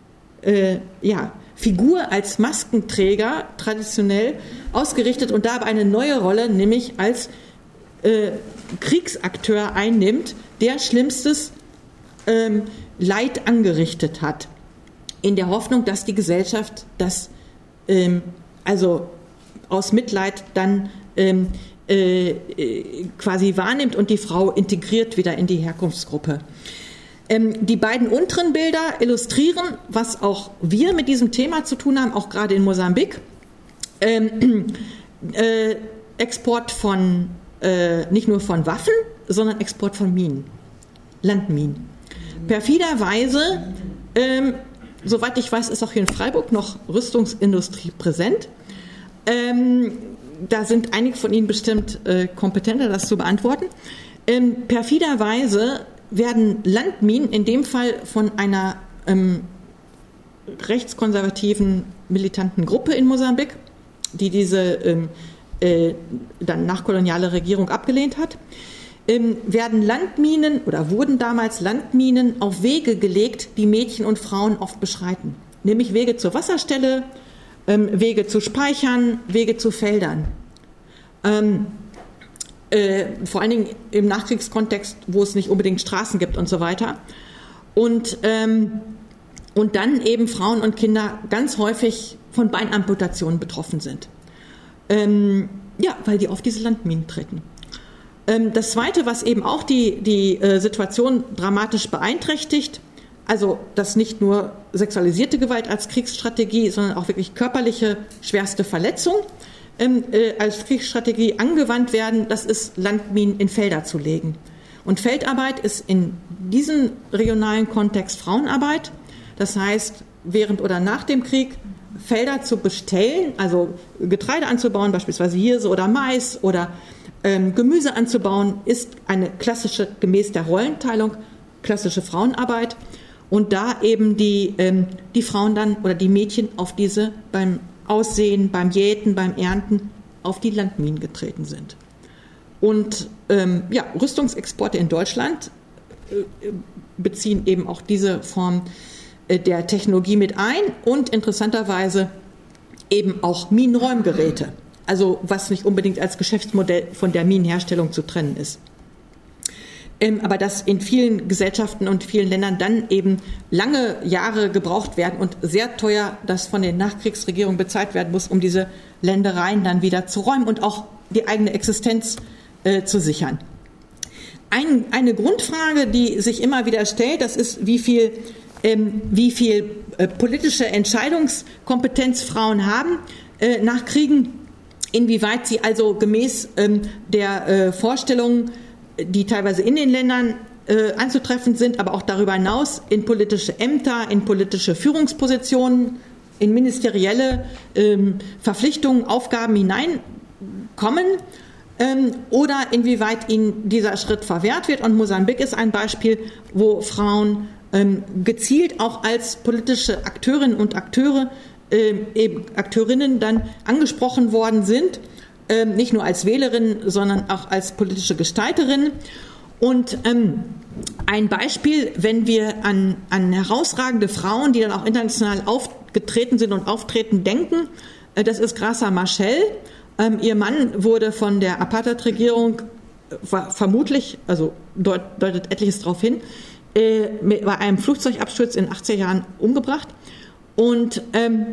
Figur, als Maskenträger, traditionell ausgerichtet und dabei eine neue Rolle, nämlich als Kriegsakteur einnimmt, der Schlimmstes Leid angerichtet hat, in der Hoffnung, dass die Gesellschaft das also aus Mitleid dann quasi wahrnimmt und die Frau integriert wieder in die Herkunftsgruppe. Die beiden unteren Bilder illustrieren, was auch wir mit diesem Thema zu tun haben, auch gerade in Mosambik. Export von nicht nur von Waffen, sondern Export von Minen, Landminen. Perfiderweise, soweit ich weiß, ist auch hier in Freiburg noch Rüstungsindustrie präsent. Da sind einige von Ihnen bestimmt kompetenter, das zu beantworten. Perfiderweise werden Landminen in dem Fall von einer rechtskonservativen militanten Gruppe in Mosambik, die diese dann nachkoloniale Regierung abgelehnt hat, werden Landminen oder wurden damals Landminen auf Wege gelegt, die Mädchen und Frauen oft beschreiten. Nämlich Wege zur Wasserstelle, Wege zu Speichern, Wege zu Feldern. Vor allen Dingen im Nachkriegskontext, wo es nicht unbedingt Straßen gibt und so weiter. Und dann eben Frauen und Kinder ganz häufig von Beinamputationen betroffen sind. Weil die auf diese Landminen treten. Das Zweite, was eben auch die Situation dramatisch beeinträchtigt, also dass nicht nur sexualisierte Gewalt als Kriegsstrategie, sondern auch wirklich körperliche schwerste Verletzung als Kriegsstrategie angewandt werden, das ist Landminen in Felder zu legen. Und Feldarbeit ist in diesem regionalen Kontext Frauenarbeit. Das heißt, während oder nach dem Krieg Felder zu bestellen, also Getreide anzubauen, beispielsweise Hirse oder Mais oder Gemüse anzubauen, ist eine klassische, gemäß der Rollenteilung, klassische Frauenarbeit und da eben die Frauen dann oder die Mädchen auf diese beim Aussehen, beim Jäten, beim Ernten auf die Landminen getreten sind. Und Rüstungsexporte in Deutschland beziehen eben auch diese Form der Technologie mit ein und interessanterweise eben auch Minenräumgeräte, also was nicht unbedingt als Geschäftsmodell von der Minenherstellung zu trennen ist. Aber dass in vielen Gesellschaften und vielen Ländern dann eben lange Jahre gebraucht werden und sehr teuer das von den Nachkriegsregierungen bezahlt werden muss, um diese Ländereien dann wieder zu räumen und auch die eigene Existenz zu sichern. Eine Grundfrage, die sich immer wieder stellt, das ist, wie viel politische Entscheidungskompetenz Frauen haben nach Kriegen, inwieweit sie also gemäß der Vorstellungen, die teilweise in den Ländern anzutreffen sind, aber auch darüber hinaus in politische Ämter, in politische Führungspositionen, in ministerielle Verpflichtungen, Aufgaben hineinkommen oder inwieweit ihnen dieser Schritt verwehrt wird. Und Mosambik ist ein Beispiel, wo Frauen gezielt auch als politische Akteurinnen und Akteurinnen dann angesprochen worden sind, nicht nur als Wählerinnen, sondern auch als politische Gestalterinnen. Und ein Beispiel, wenn wir an herausragende Frauen, die dann auch international aufgetreten sind und auftreten, denken, das ist Graça Machel. Ihr Mann wurde von der Apartheid-Regierung vermutlich, also deutet etliches darauf hin, bei einem Flugzeugabsturz in den 80er Jahren umgebracht. Und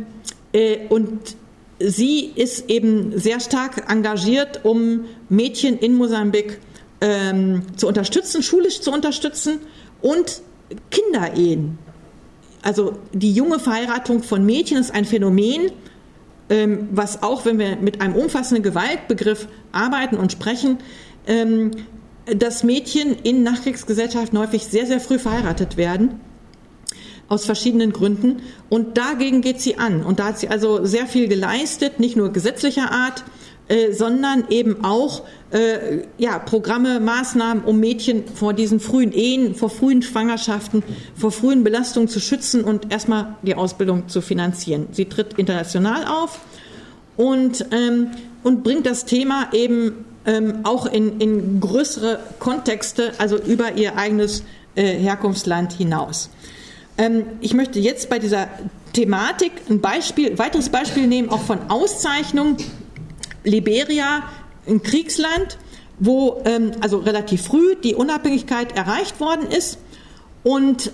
sie ist eben sehr stark engagiert, um Mädchen in Mosambik zu unterstützen, schulisch zu unterstützen und Kinderehen. Also die junge Verheiratung von Mädchen ist ein Phänomen, was auch, wenn wir mit einem umfassenden Gewaltbegriff arbeiten und sprechen, dass Mädchen in Nachkriegsgesellschaften häufig sehr, sehr früh verheiratet werden, aus verschiedenen Gründen. Und dagegen geht sie an. Und da hat sie also sehr viel geleistet, nicht nur gesetzlicher Art, sondern eben auch Programme, Maßnahmen, um Mädchen vor diesen frühen Ehen, vor frühen Schwangerschaften, vor frühen Belastungen zu schützen und erstmal die Ausbildung zu finanzieren. Sie tritt international auf und bringt das Thema eben auch in größere Kontexte, also über ihr eigenes Herkunftsland hinaus. Ich möchte jetzt bei dieser Thematik ein weiteres Beispiel nehmen, auch von Auszeichnungen. Liberia, ein Kriegsland, wo also relativ früh die Unabhängigkeit erreicht worden ist und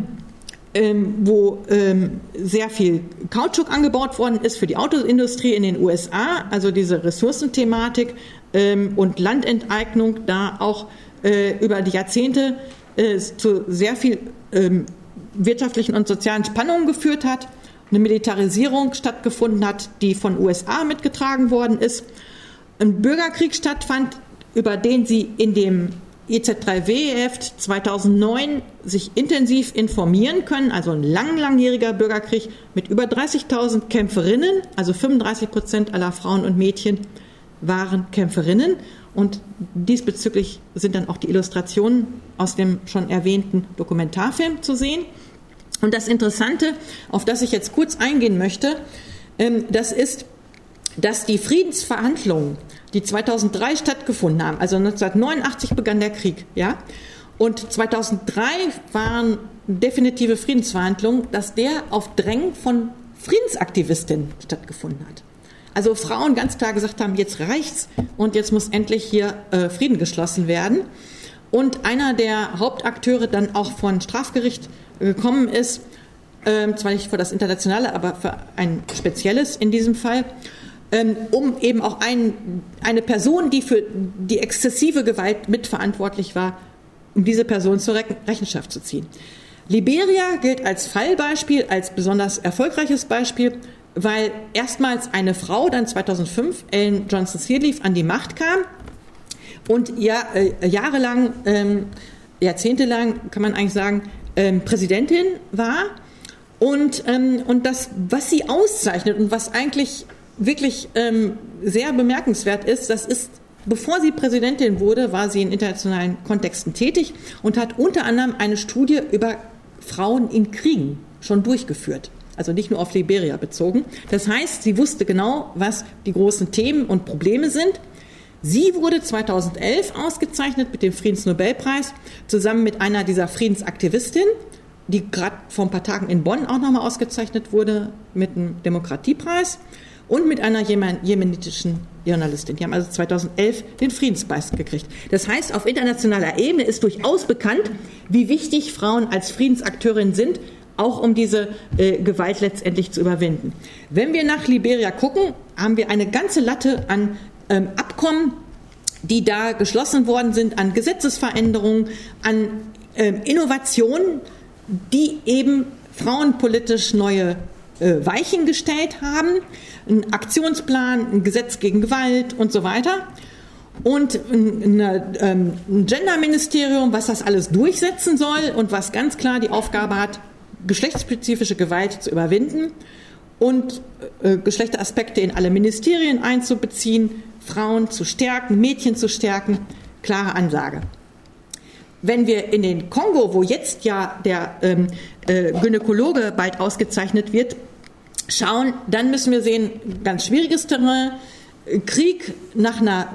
wo sehr viel Kautschuk angebaut worden ist für die Autoindustrie in den USA, also diese Ressourcenthematik und Landenteignung da auch über die Jahrzehnte zu sehr viel wirtschaftlichen und sozialen Spannungen geführt hat, eine Militarisierung stattgefunden hat, die von USA mitgetragen worden ist, ein Bürgerkrieg stattfand, über den sie in dem EZ3W-Heft 2009 sich intensiv informieren können, also ein langjähriger Bürgerkrieg mit über 30.000 Kämpferinnen, also 35% aller Frauen und Mädchen waren Kämpferinnen und diesbezüglich sind dann auch die Illustrationen aus dem schon erwähnten Dokumentarfilm zu sehen. Und das Interessante, auf das ich jetzt kurz eingehen möchte, das ist, dass die Friedensverhandlungen, die 2003 stattgefunden haben, also 1989 begann der Krieg, ja, und 2003 waren definitive Friedensverhandlungen, dass der auf Drängen von Friedensaktivistinnen stattgefunden hat. Also Frauen ganz klar gesagt haben, jetzt reicht's und jetzt muss endlich hier Frieden geschlossen werden. Und einer der Hauptakteure dann auch von Strafgericht gekommen ist, zwar nicht für das Internationale, aber für ein spezielles in diesem Fall, um eben auch eine Person, die für die exzessive Gewalt mitverantwortlich war, um diese Person zur Rechenschaft zu ziehen. Liberia gilt als Fallbeispiel, als besonders erfolgreiches Beispiel, weil erstmals eine Frau dann 2005, Ellen Johnson Sirleaf, an die Macht kam und jahrelang, jahrzehntelang, kann man eigentlich sagen, Präsidentin war und das, was sie auszeichnet und was eigentlich wirklich sehr bemerkenswert ist, das ist bevor sie Präsidentin wurde, war sie in internationalen Kontexten tätig und hat unter anderem eine Studie über Frauen in Kriegen schon durchgeführt. Also nicht nur auf Liberia bezogen. Das heißt, sie wusste genau, was die großen Themen und Probleme sind. Sie wurde 2011 ausgezeichnet mit dem Friedensnobelpreis, zusammen mit einer dieser Friedensaktivistinnen, die gerade vor ein paar Tagen in Bonn auch nochmal ausgezeichnet wurde mit einem Demokratiepreis, und mit einer jemenitischen Journalistin. Die haben also 2011 den Friedenspreis gekriegt. Das heißt, auf internationaler Ebene ist durchaus bekannt, wie wichtig Frauen als Friedensakteurinnen sind, auch um diese Gewalt letztendlich zu überwinden. Wenn wir nach Liberia gucken, haben wir eine ganze Latte an Abkommen, die da geschlossen worden sind, an Gesetzesveränderungen, an Innovationen, die eben frauenpolitisch neue Weichen gestellt haben, ein Aktionsplan, ein Gesetz gegen Gewalt und so weiter und ein Genderministerium, was das alles durchsetzen soll und was ganz klar die Aufgabe hat, geschlechtsspezifische Gewalt zu überwinden und Geschlechteraspekte in alle Ministerien einzubeziehen, Frauen zu stärken, Mädchen zu stärken, klare Ansage. Wenn wir in den Kongo, wo jetzt ja der Gynäkologe bald ausgezeichnet wird, schauen, dann müssen wir sehen, ganz schwieriges Terrain, Krieg nach einer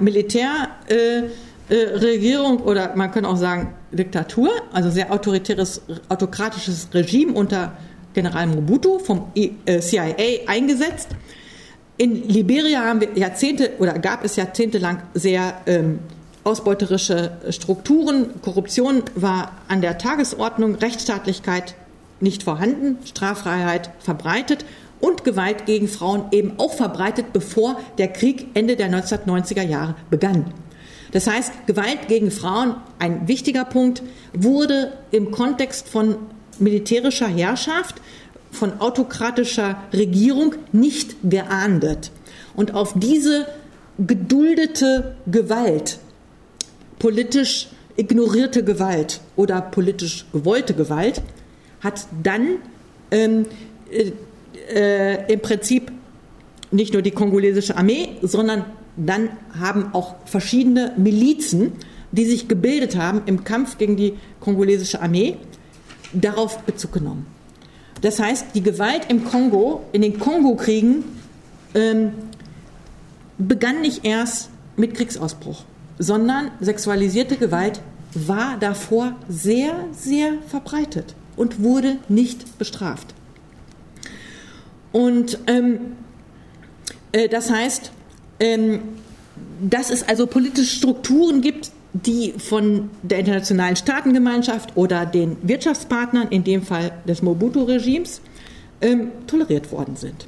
Militärregierung oder man kann auch sagen Diktatur, also sehr autokratisches Regime unter General Mobutu vom CIA eingesetzt. In Liberia gab es jahrzehntelang sehr ausbeuterische Strukturen, Korruption war an der Tagesordnung, Rechtsstaatlichkeit nicht vorhanden, Straffreiheit verbreitet und Gewalt gegen Frauen eben auch verbreitet, bevor der Krieg Ende der 1990er Jahre begann. Das heißt, Gewalt gegen Frauen, ein wichtiger Punkt, wurde im Kontext von militärischer Herrschaft, von autokratischer Regierung nicht geahndet. Und auf diese geduldete Gewalt, politisch ignorierte Gewalt oder politisch gewollte Gewalt, hat dann im Prinzip nicht nur die kongolesische Armee, sondern dann haben auch verschiedene Milizen, die sich gebildet haben im Kampf gegen die kongolesische Armee, darauf Bezug genommen. Das heißt, die Gewalt im Kongo, in den Kongo-Kriegen, begann nicht erst mit Kriegsausbruch, sondern sexualisierte Gewalt war davor sehr, sehr verbreitet und wurde nicht bestraft. Und das heißt, dass es also politische Strukturen gibt, die von der internationalen Staatengemeinschaft oder den Wirtschaftspartnern, in dem Fall des Mobutu-Regimes, toleriert worden sind.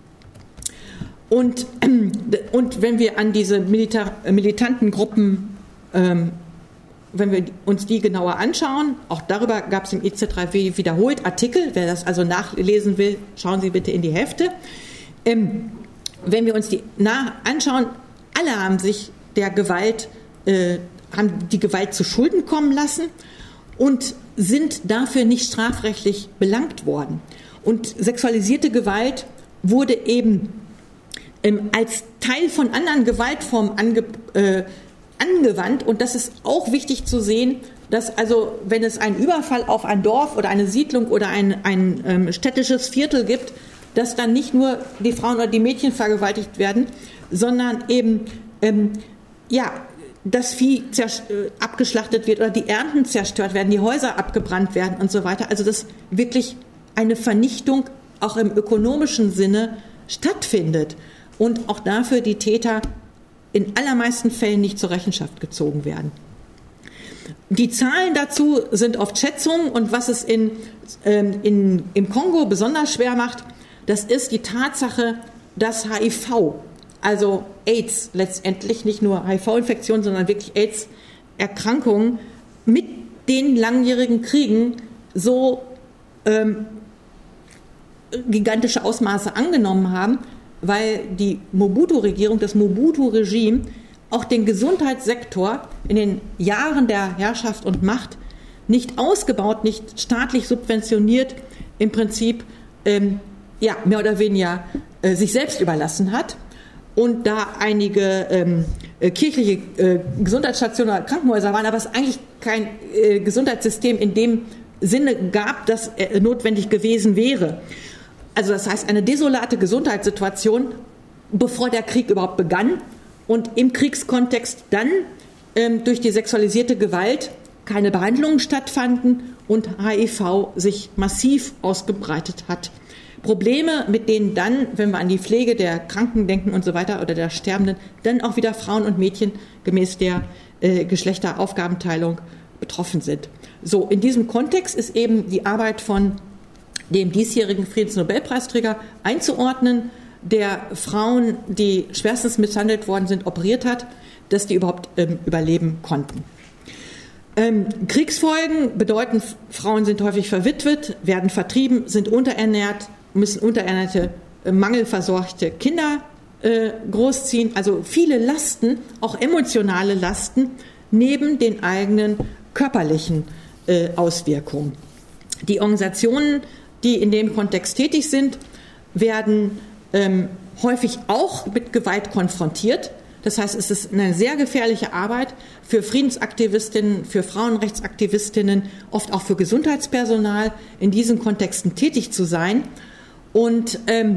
Und wenn wir an diese militanten Gruppen, wenn wir uns die genauer anschauen, auch darüber gab es im EZ3W wiederholt Artikel, wer das also nachlesen will, schauen Sie bitte in die Hefte. Wenn wir uns die anschauen, alle haben sich der Gewalt, haben die Gewalt zu Schulden kommen lassen und sind dafür nicht strafrechtlich belangt worden. Und sexualisierte Gewalt wurde eben als Teil von anderen Gewaltformen angewandt. Und das ist auch wichtig zu sehen, dass also, wenn es einen Überfall auf ein Dorf oder eine Siedlung oder ein städtisches Viertel gibt, dass dann nicht nur die Frauen oder die Mädchen vergewaltigt werden, sondern eben das Vieh abgeschlachtet wird oder die Ernten zerstört werden, die Häuser abgebrannt werden und so weiter. Also dass wirklich eine Vernichtung auch im ökonomischen Sinne stattfindet und auch dafür die Täter in allermeisten Fällen nicht zur Rechenschaft gezogen werden. Die Zahlen dazu sind oft Schätzungen und was es im Kongo besonders schwer macht, das ist die Tatsache, dass HIV, also AIDS letztendlich, nicht nur HIV-Infektionen, sondern wirklich AIDS-Erkrankungen mit den langjährigen Kriegen so gigantische Ausmaße angenommen haben, weil die Mobutu-Regierung, das Mobutu-Regime auch den Gesundheitssektor in den Jahren der Herrschaft und Macht nicht ausgebaut, nicht staatlich subventioniert, im Prinzip mehr oder weniger sich selbst überlassen hat und da einige kirchliche Gesundheitsstationen oder Krankenhäuser waren, aber es eigentlich kein Gesundheitssystem in dem Sinne gab, das notwendig gewesen wäre. Also das heißt, eine desolate Gesundheitssituation, bevor der Krieg überhaupt begann und im Kriegskontext dann durch die sexualisierte Gewalt keine Behandlungen stattfanden und HIV sich massiv ausgebreitet hat. Probleme, mit denen dann, wenn wir an die Pflege der Kranken denken und so weiter oder der Sterbenden, dann auch wieder Frauen und Mädchen gemäß der Geschlechteraufgabenteilung betroffen sind. So, in diesem Kontext ist eben die Arbeit von dem diesjährigen Friedensnobelpreisträger einzuordnen, der Frauen, die schwerstens misshandelt worden sind, operiert hat, dass die überhaupt überleben konnten. Kriegsfolgen bedeuten, Frauen sind häufig verwitwet, werden vertrieben, sind unterernährt, müssen unterernährte, mangelversorgte Kinder großziehen. Also viele Lasten, auch emotionale Lasten, neben den eigenen körperlichen Auswirkungen. Die Organisationen, die in dem Kontext tätig sind, werden häufig auch mit Gewalt konfrontiert. Das heißt, es ist eine sehr gefährliche Arbeit für Friedensaktivistinnen, für Frauenrechtsaktivistinnen, oft auch für Gesundheitspersonal, in diesen Kontexten tätig zu sein und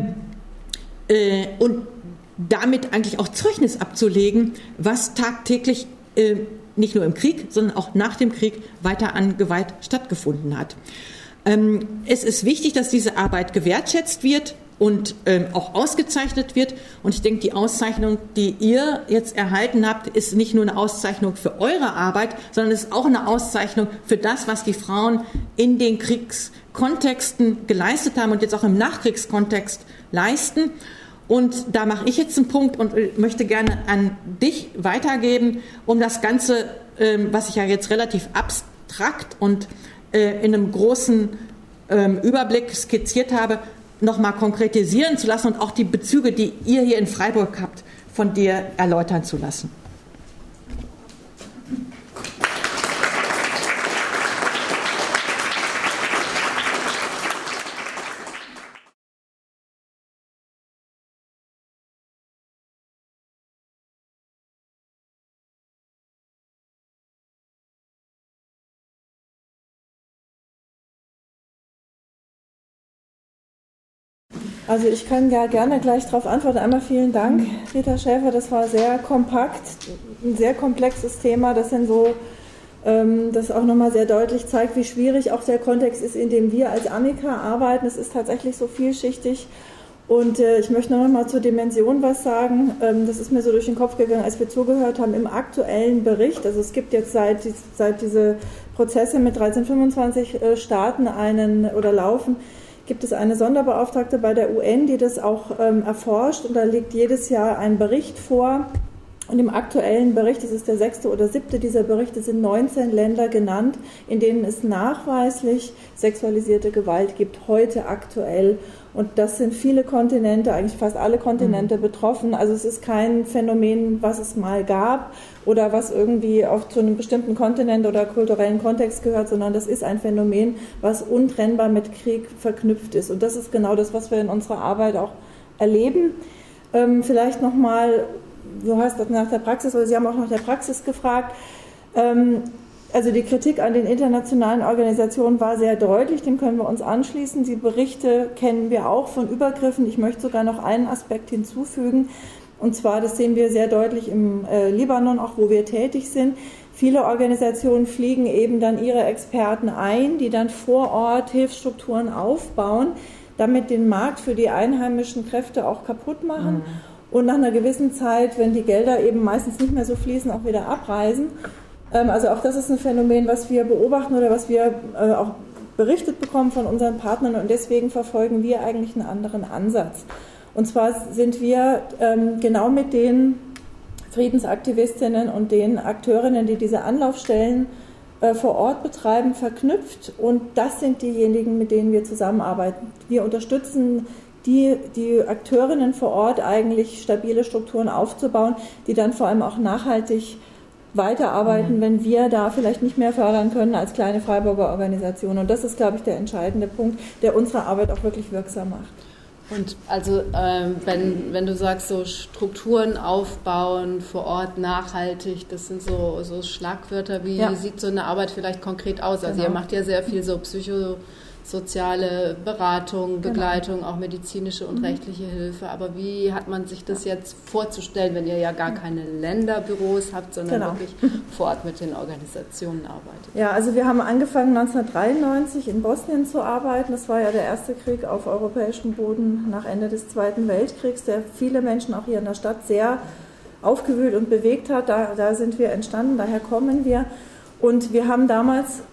damit eigentlich auch Zeugnis abzulegen, was tagtäglich nicht nur im Krieg, sondern auch nach dem Krieg weiter an Gewalt stattgefunden hat. Es ist wichtig, dass diese Arbeit gewertschätzt wird und auch ausgezeichnet wird. Und ich denke, die Auszeichnung, die ihr jetzt erhalten habt, ist nicht nur eine Auszeichnung für eure Arbeit, sondern es ist auch eine Auszeichnung für das, was die Frauen in den Kriegskontexten geleistet haben und jetzt auch im Nachkriegskontext leisten. Und da mache ich jetzt einen Punkt und möchte gerne an dich weitergeben, um das Ganze, was ich ja jetzt relativ abstrakt und in einem großen Überblick skizziert habe, nochmal konkretisieren zu lassen und auch die Bezüge, die ihr hier in Freiburg habt, von dir erläutern zu lassen. Also ich kann ja gerne gleich darauf antworten. Einmal vielen Dank, Rita Schäfer, das war sehr kompakt, ein sehr komplexes Thema, das auch nochmal sehr deutlich zeigt, wie schwierig auch der Kontext ist, in dem wir als Amica arbeiten. Es ist tatsächlich so vielschichtig. Und ich möchte noch mal zur Dimension was sagen. Das ist mir so durch den Kopf gegangen, als wir zugehört haben im aktuellen Bericht. Also es gibt jetzt seit diese Prozesse mit 1325 Staaten laufen, gibt es eine Sonderbeauftragte bei der UN, die das auch erforscht, und da liegt jedes Jahr ein Bericht vor. Und im aktuellen Bericht, das ist der 6. oder 7. dieser Berichte, sind 19 Länder genannt, in denen es nachweislich sexualisierte Gewalt gibt, heute aktuell. Und das sind viele Kontinente, eigentlich fast alle Kontinente betroffen. Also es ist kein Phänomen, was es mal gab oder was irgendwie auch zu einem bestimmten Kontinent oder kulturellen Kontext gehört, sondern das ist ein Phänomen, was untrennbar mit Krieg verknüpft ist. Und das ist genau das, was wir in unserer Arbeit auch erleben. Vielleicht nochmal, du hast nach der Praxis, oder Sie haben auch nach der Praxis gefragt. Also die Kritik an den internationalen Organisationen war sehr deutlich, dem können wir uns anschließen. Die Berichte kennen wir auch von Übergriffen. Ich möchte sogar noch einen Aspekt hinzufügen, und zwar, das sehen wir sehr deutlich im Libanon, auch wo wir tätig sind. Viele Organisationen fliegen eben dann ihre Experten ein, die dann vor Ort Hilfsstrukturen aufbauen, damit den Markt für die einheimischen Kräfte auch kaputt machen und nach einer gewissen Zeit, wenn die Gelder eben meistens nicht mehr so fließen, auch wieder abreisen. Also auch das ist ein Phänomen, was wir beobachten oder was wir auch berichtet bekommen von unseren Partnern, und deswegen verfolgen wir eigentlich einen anderen Ansatz. Und zwar sind wir genau mit den Friedensaktivistinnen und den Akteurinnen, die diese Anlaufstellen vor Ort betreiben, verknüpft, und das sind diejenigen, mit denen wir zusammenarbeiten. Wir unterstützen die Akteurinnen vor Ort eigentlich stabile Strukturen aufzubauen, die dann vor allem auch nachhaltig weiterarbeiten, wenn wir da vielleicht nicht mehr fördern können als kleine Freiburger Organisation. Und das ist, glaube ich, der entscheidende Punkt, der unsere Arbeit auch wirklich wirksam macht. Und also wenn du sagst, so Strukturen aufbauen, vor Ort nachhaltig, das sind so Schlagwörter, wie sieht so eine Arbeit vielleicht konkret aus? Also ihr macht ja sehr viel so psychosoziale Beratung, Begleitung, auch medizinische und rechtliche Hilfe, aber wie hat man sich das jetzt vorzustellen, wenn ihr ja gar keine Länderbüros habt, sondern wirklich vor Ort mit den Organisationen arbeitet? Ja, also wir haben angefangen 1993 in Bosnien zu arbeiten. Das war ja der erste Krieg auf europäischem Boden nach Ende des Zweiten Weltkriegs, der viele Menschen auch hier in der Stadt sehr aufgewühlt und bewegt hat. Da sind wir entstanden, daher kommen wir. Und wir haben damals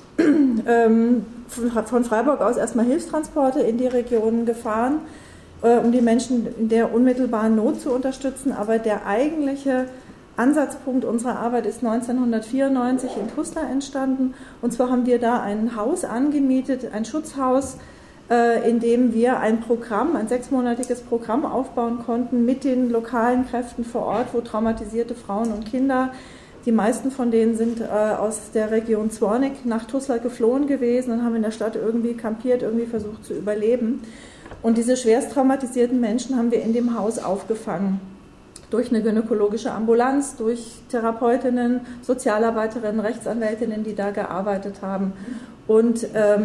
von Freiburg aus erstmal Hilfstransporte in die Regionen gefahren, um die Menschen in der unmittelbaren Not zu unterstützen. Aber der eigentliche Ansatzpunkt unserer Arbeit ist 1994 in Tuzla entstanden. Und zwar haben wir da ein Haus angemietet, ein Schutzhaus, in dem wir ein 6-monatiges Programm aufbauen konnten mit den lokalen Kräften vor Ort, wo traumatisierte Frauen und Kinder, die meisten von denen sind aus der Region Zvornik nach Tuzla geflohen gewesen und haben in der Stadt irgendwie kampiert, irgendwie versucht zu überleben. Und diese schwerst traumatisierten Menschen haben wir in dem Haus aufgefangen. Durch eine gynäkologische Ambulanz, durch Therapeutinnen, Sozialarbeiterinnen, Rechtsanwältinnen, die da gearbeitet haben. Und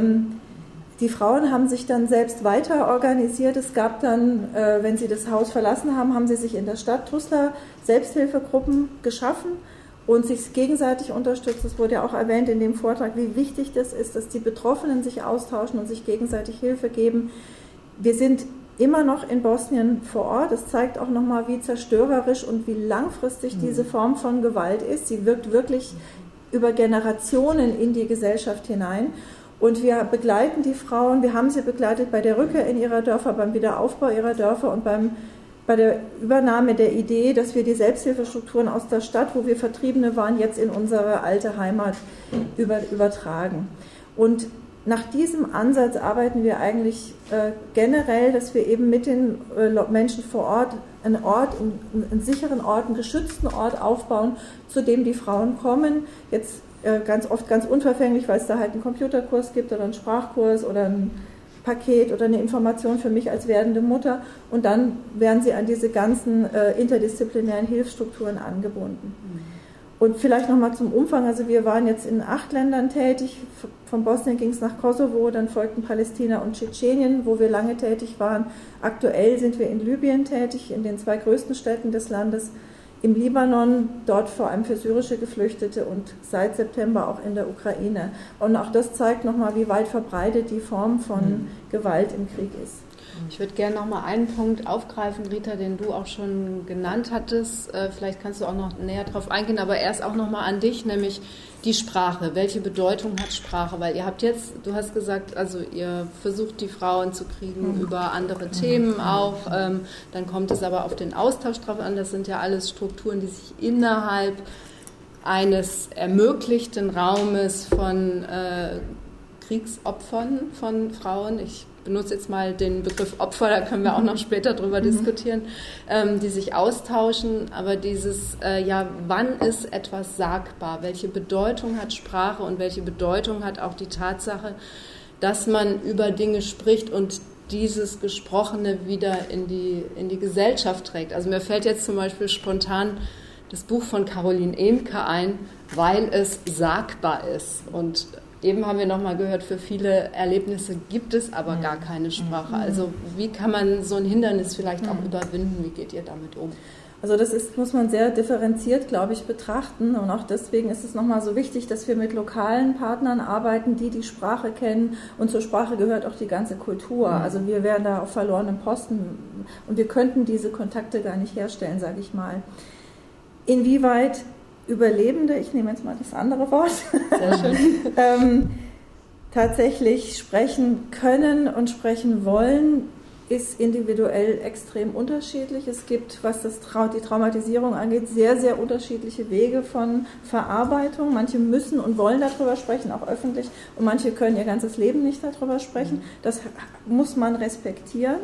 die Frauen haben sich dann selbst weiter organisiert. Es gab dann, wenn sie das Haus verlassen haben, haben sie sich in der Stadt Tuzla Selbsthilfegruppen geschaffen und sich gegenseitig unterstützt. Es wurde ja auch erwähnt in dem Vortrag, wie wichtig das ist, dass die Betroffenen sich austauschen und sich gegenseitig Hilfe geben. Wir sind immer noch in Bosnien vor Ort. Das zeigt auch nochmal, wie zerstörerisch und wie langfristig diese Form von Gewalt ist. Sie wirkt wirklich über Generationen in die Gesellschaft hinein. Und wir begleiten die Frauen, wir haben sie begleitet bei der Rückkehr in ihre Dörfer, beim Wiederaufbau ihrer Dörfer und bei der Übernahme der Idee, dass wir die Selbsthilfestrukturen aus der Stadt, wo wir Vertriebene waren, jetzt in unsere alte Heimat übertragen. Und nach diesem Ansatz arbeiten wir eigentlich generell, dass wir eben mit den Menschen vor Ort einen sicheren Ort, einen geschützten Ort aufbauen, zu dem die Frauen kommen. Jetzt ganz oft ganz unverfänglich, weil es da halt einen Computerkurs gibt oder einen Sprachkurs oder ein Paket oder eine Information für mich als werdende Mutter und dann werden sie an diese ganzen interdisziplinären Hilfsstrukturen angebunden. Und vielleicht nochmal zum Umfang, also wir waren jetzt in 8 Ländern tätig, von Bosnien ging es nach Kosovo, dann folgten Palästina und Tschetschenien, wo wir lange tätig waren. Aktuell sind wir in Libyen tätig, in den 2 größten Städten des Landes, im Libanon, dort vor allem für syrische Geflüchtete und seit September auch in der Ukraine. Und auch das zeigt nochmal, wie weit verbreitet die Form von Gewalt im Krieg ist. Ich würde gerne noch mal einen Punkt aufgreifen, Rita, den du auch schon genannt hattest. Vielleicht kannst du auch noch näher drauf eingehen, aber erst auch noch mal an dich, nämlich die Sprache. Welche Bedeutung hat Sprache? Weil ihr habt jetzt, du hast gesagt, also ihr versucht die Frauen zu kriegen über andere Themen auch. Dann kommt es aber auf den Austausch drauf an. Das sind ja alles Strukturen, die sich innerhalb eines ermöglichten Raumes von Kriegsopfern von Frauen, ich benutze jetzt mal den Begriff Opfer, da können wir auch noch später drüber diskutieren, die sich austauschen, aber dieses, wann ist etwas sagbar? Welche Bedeutung hat Sprache und welche Bedeutung hat auch die Tatsache, dass man über Dinge spricht und dieses Gesprochene wieder in die Gesellschaft trägt? Also mir fällt jetzt zum Beispiel spontan das Buch von Caroline Emke ein, weil es sagbar ist. Und eben haben wir nochmal gehört, für viele Erlebnisse gibt es aber gar keine Sprache. Also wie kann man so ein Hindernis vielleicht auch überwinden? Wie geht ihr damit um? Also das muss man sehr differenziert, glaube ich, betrachten. Und auch deswegen ist es nochmal so wichtig, dass wir mit lokalen Partnern arbeiten, die die Sprache kennen. Und zur Sprache gehört auch die ganze Kultur. Also wir wären da auf verlorenem Posten und wir könnten diese Kontakte gar nicht herstellen, sage ich mal. Inwieweit Überlebende, ich nehme jetzt mal das andere Wort, sehr schön, tatsächlich sprechen können und sprechen wollen, ist individuell extrem unterschiedlich. Es gibt, was die Traumatisierung angeht, sehr, sehr unterschiedliche Wege von Verarbeitung. Manche müssen und wollen darüber sprechen, auch öffentlich, und manche können ihr ganzes Leben nicht darüber sprechen. Das muss man respektieren.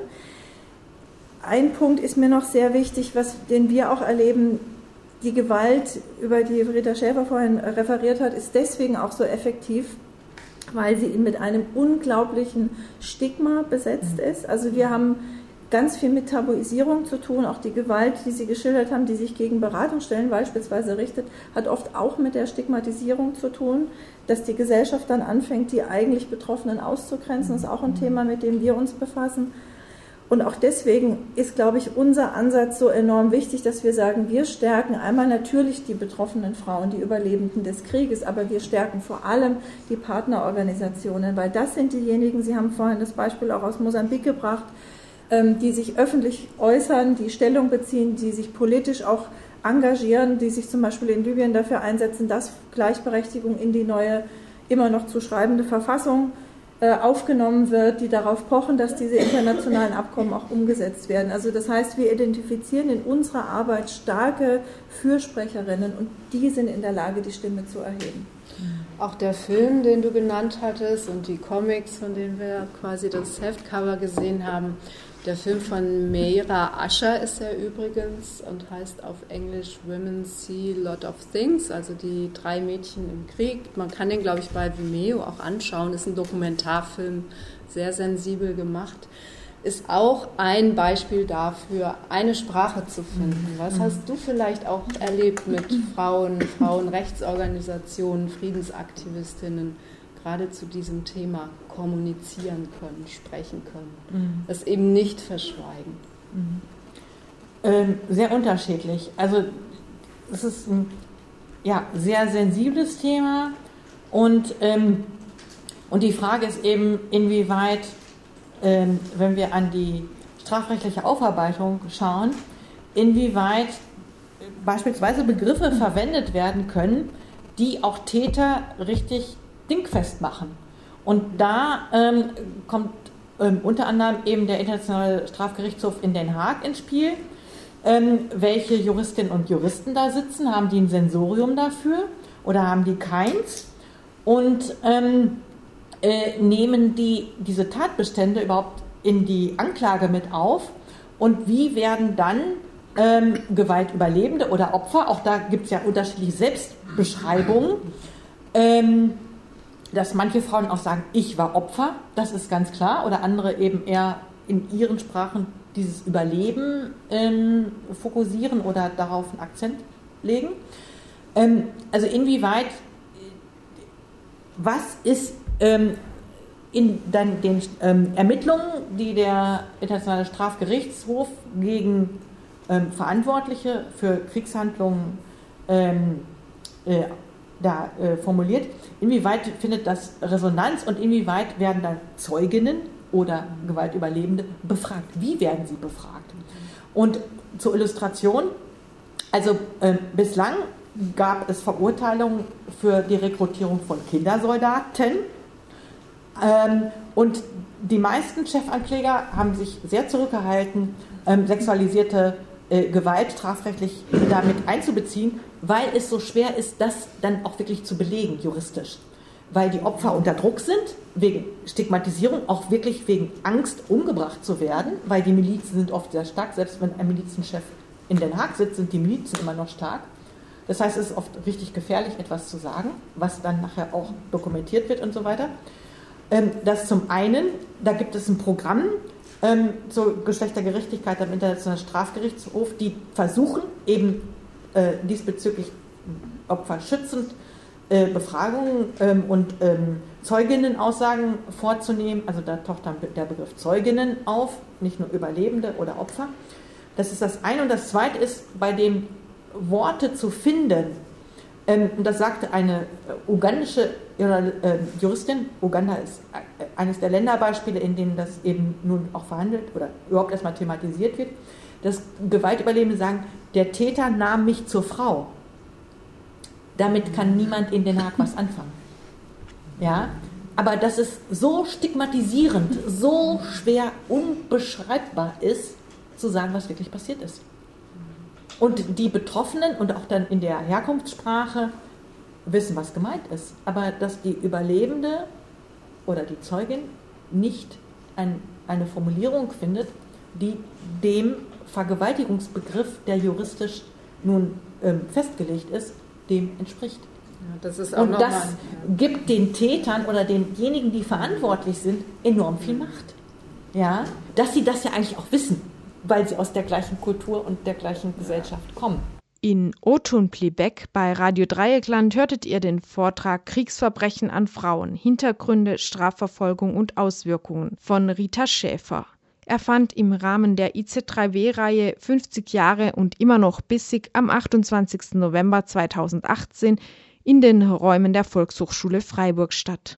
Ein Punkt ist mir noch sehr wichtig, den wir auch erleben. Die Gewalt, über die Rita Schäfer vorhin referiert hat, ist deswegen auch so effektiv, weil sie mit einem unglaublichen Stigma besetzt ist. Also wir haben ganz viel mit Tabuisierung zu tun. Auch die Gewalt, die Sie geschildert haben, die sich gegen Beratungsstellen beispielsweise richtet, hat oft auch mit der Stigmatisierung zu tun, dass die Gesellschaft dann anfängt, die eigentlich Betroffenen auszugrenzen. Das ist auch ein Thema, mit dem wir uns befassen. Und auch deswegen ist, glaube ich, unser Ansatz so enorm wichtig, dass wir sagen, wir stärken einmal natürlich die betroffenen Frauen, die Überlebenden des Krieges, aber wir stärken vor allem die Partnerorganisationen, weil das sind diejenigen, Sie haben vorhin das Beispiel auch aus Mosambik gebracht, die sich öffentlich äußern, die Stellung beziehen, die sich politisch auch engagieren, die sich zum Beispiel in Libyen dafür einsetzen, dass Gleichberechtigung in die neue, immer noch zu schreibende Verfassung aufgenommen wird, die darauf pochen, dass diese internationalen Abkommen auch umgesetzt werden. Also das heißt, wir identifizieren in unserer Arbeit starke Fürsprecherinnen und die sind in der Lage, die Stimme zu erheben. Auch der Film, den du genannt hattest und die Comics, von denen wir quasi das Heftcover gesehen haben, der Film von Meira Ascher ist er übrigens und heißt auf Englisch Women See Lot of Things, also die 3 Mädchen im Krieg. Man kann den, glaube ich, bei Vimeo auch anschauen. Ist ein Dokumentarfilm, sehr sensibel gemacht. Ist auch ein Beispiel dafür, eine Sprache zu finden. Was hast du vielleicht auch erlebt mit Frauenrechtsorganisationen, Friedensaktivistinnen, gerade zu diesem Thema kommunizieren können, sprechen können, das eben nicht verschweigen? Sehr unterschiedlich. Also es ist ein sehr sensibles Thema und die Frage ist eben, inwieweit, wenn wir an die strafrechtliche Aufarbeitung schauen, inwieweit beispielsweise Begriffe verwendet werden können, die auch Täter richtig dingfest machen. Und da kommt unter anderem eben der Internationale Strafgerichtshof in Den Haag ins Spiel. Welche Juristinnen und Juristen da sitzen, haben die ein Sensorium dafür oder haben die keins? Und nehmen die diese Tatbestände überhaupt in die Anklage mit auf? Und wie werden dann Gewaltüberlebende oder Opfer, auch da gibt es ja unterschiedliche Selbstbeschreibungen, dass manche Frauen auch sagen, ich war Opfer, das ist ganz klar, oder andere eben eher in ihren Sprachen dieses Überleben fokussieren oder darauf einen Akzent legen. Also inwieweit, was ist in dann den Ermittlungen, die der Internationale Strafgerichtshof gegen Verantwortliche für Kriegshandlungen formuliert, inwieweit findet das Resonanz und inwieweit werden dann Zeuginnen oder Gewaltüberlebende befragt? Wie werden sie befragt? Und zur Illustration, also bislang gab es Verurteilungen für die Rekrutierung von Kindersoldaten und die meisten Chefankläger haben sich sehr zurückgehalten, sexualisierte Gewalt strafrechtlich damit einzubeziehen, weil es so schwer ist, das dann auch wirklich zu belegen, juristisch. Weil die Opfer unter Druck sind, wegen Stigmatisierung, auch wirklich wegen Angst, umgebracht zu werden, weil die Milizen sind oft sehr stark, selbst wenn ein Milizenchef in Den Haag sitzt, sind die Milizen immer noch stark. Das heißt, es ist oft richtig gefährlich, etwas zu sagen, was dann nachher auch dokumentiert wird und so weiter. Das zum einen, da gibt es ein Programm zur Geschlechtergerechtigkeit am Internationalen Strafgerichtshof, die versuchen eben diesbezüglich opferschützend Befragungen und Zeuginnenaussagen vorzunehmen. Also da taucht dann der Begriff Zeuginnen auf, nicht nur Überlebende oder Opfer. Das ist das eine. Und das zweite ist, bei dem Worte zu finden, und das sagte eine ugandische Juristin, Uganda ist eines der Länderbeispiele, in denen das eben nun auch verhandelt oder überhaupt erstmal thematisiert wird, dass Gewaltüberlebende sagen, der Täter nahm mich zur Frau. Damit kann niemand in Den Haag was anfangen. Ja? Aber dass es so stigmatisierend, so schwer unbeschreibbar ist, zu sagen, was wirklich passiert ist. Und die Betroffenen und auch dann in der Herkunftssprache wissen, was gemeint ist. Aber dass die Überlebende oder die Zeugin nicht eine Formulierung findet, die dem Vergewaltigungsbegriff, der juristisch nun festgelegt ist, dem entspricht. Ja, das ist auch und das gibt den Tätern oder denjenigen, die verantwortlich sind, enorm viel Macht. ja, dass sie das ja eigentlich auch wissen, weil sie aus der gleichen Kultur und der gleichen Gesellschaft kommen. In O-Ton-Playback bei Radio Dreieckland hörtet ihr den Vortrag Kriegsverbrechen an Frauen, Hintergründe, Strafverfolgung und Auswirkungen von Rita Schäfer. Er fand im Rahmen der IZ3W-Reihe 50 Jahre und immer noch bissig am 28. November 2018 in den Räumen der Volkshochschule Freiburg statt.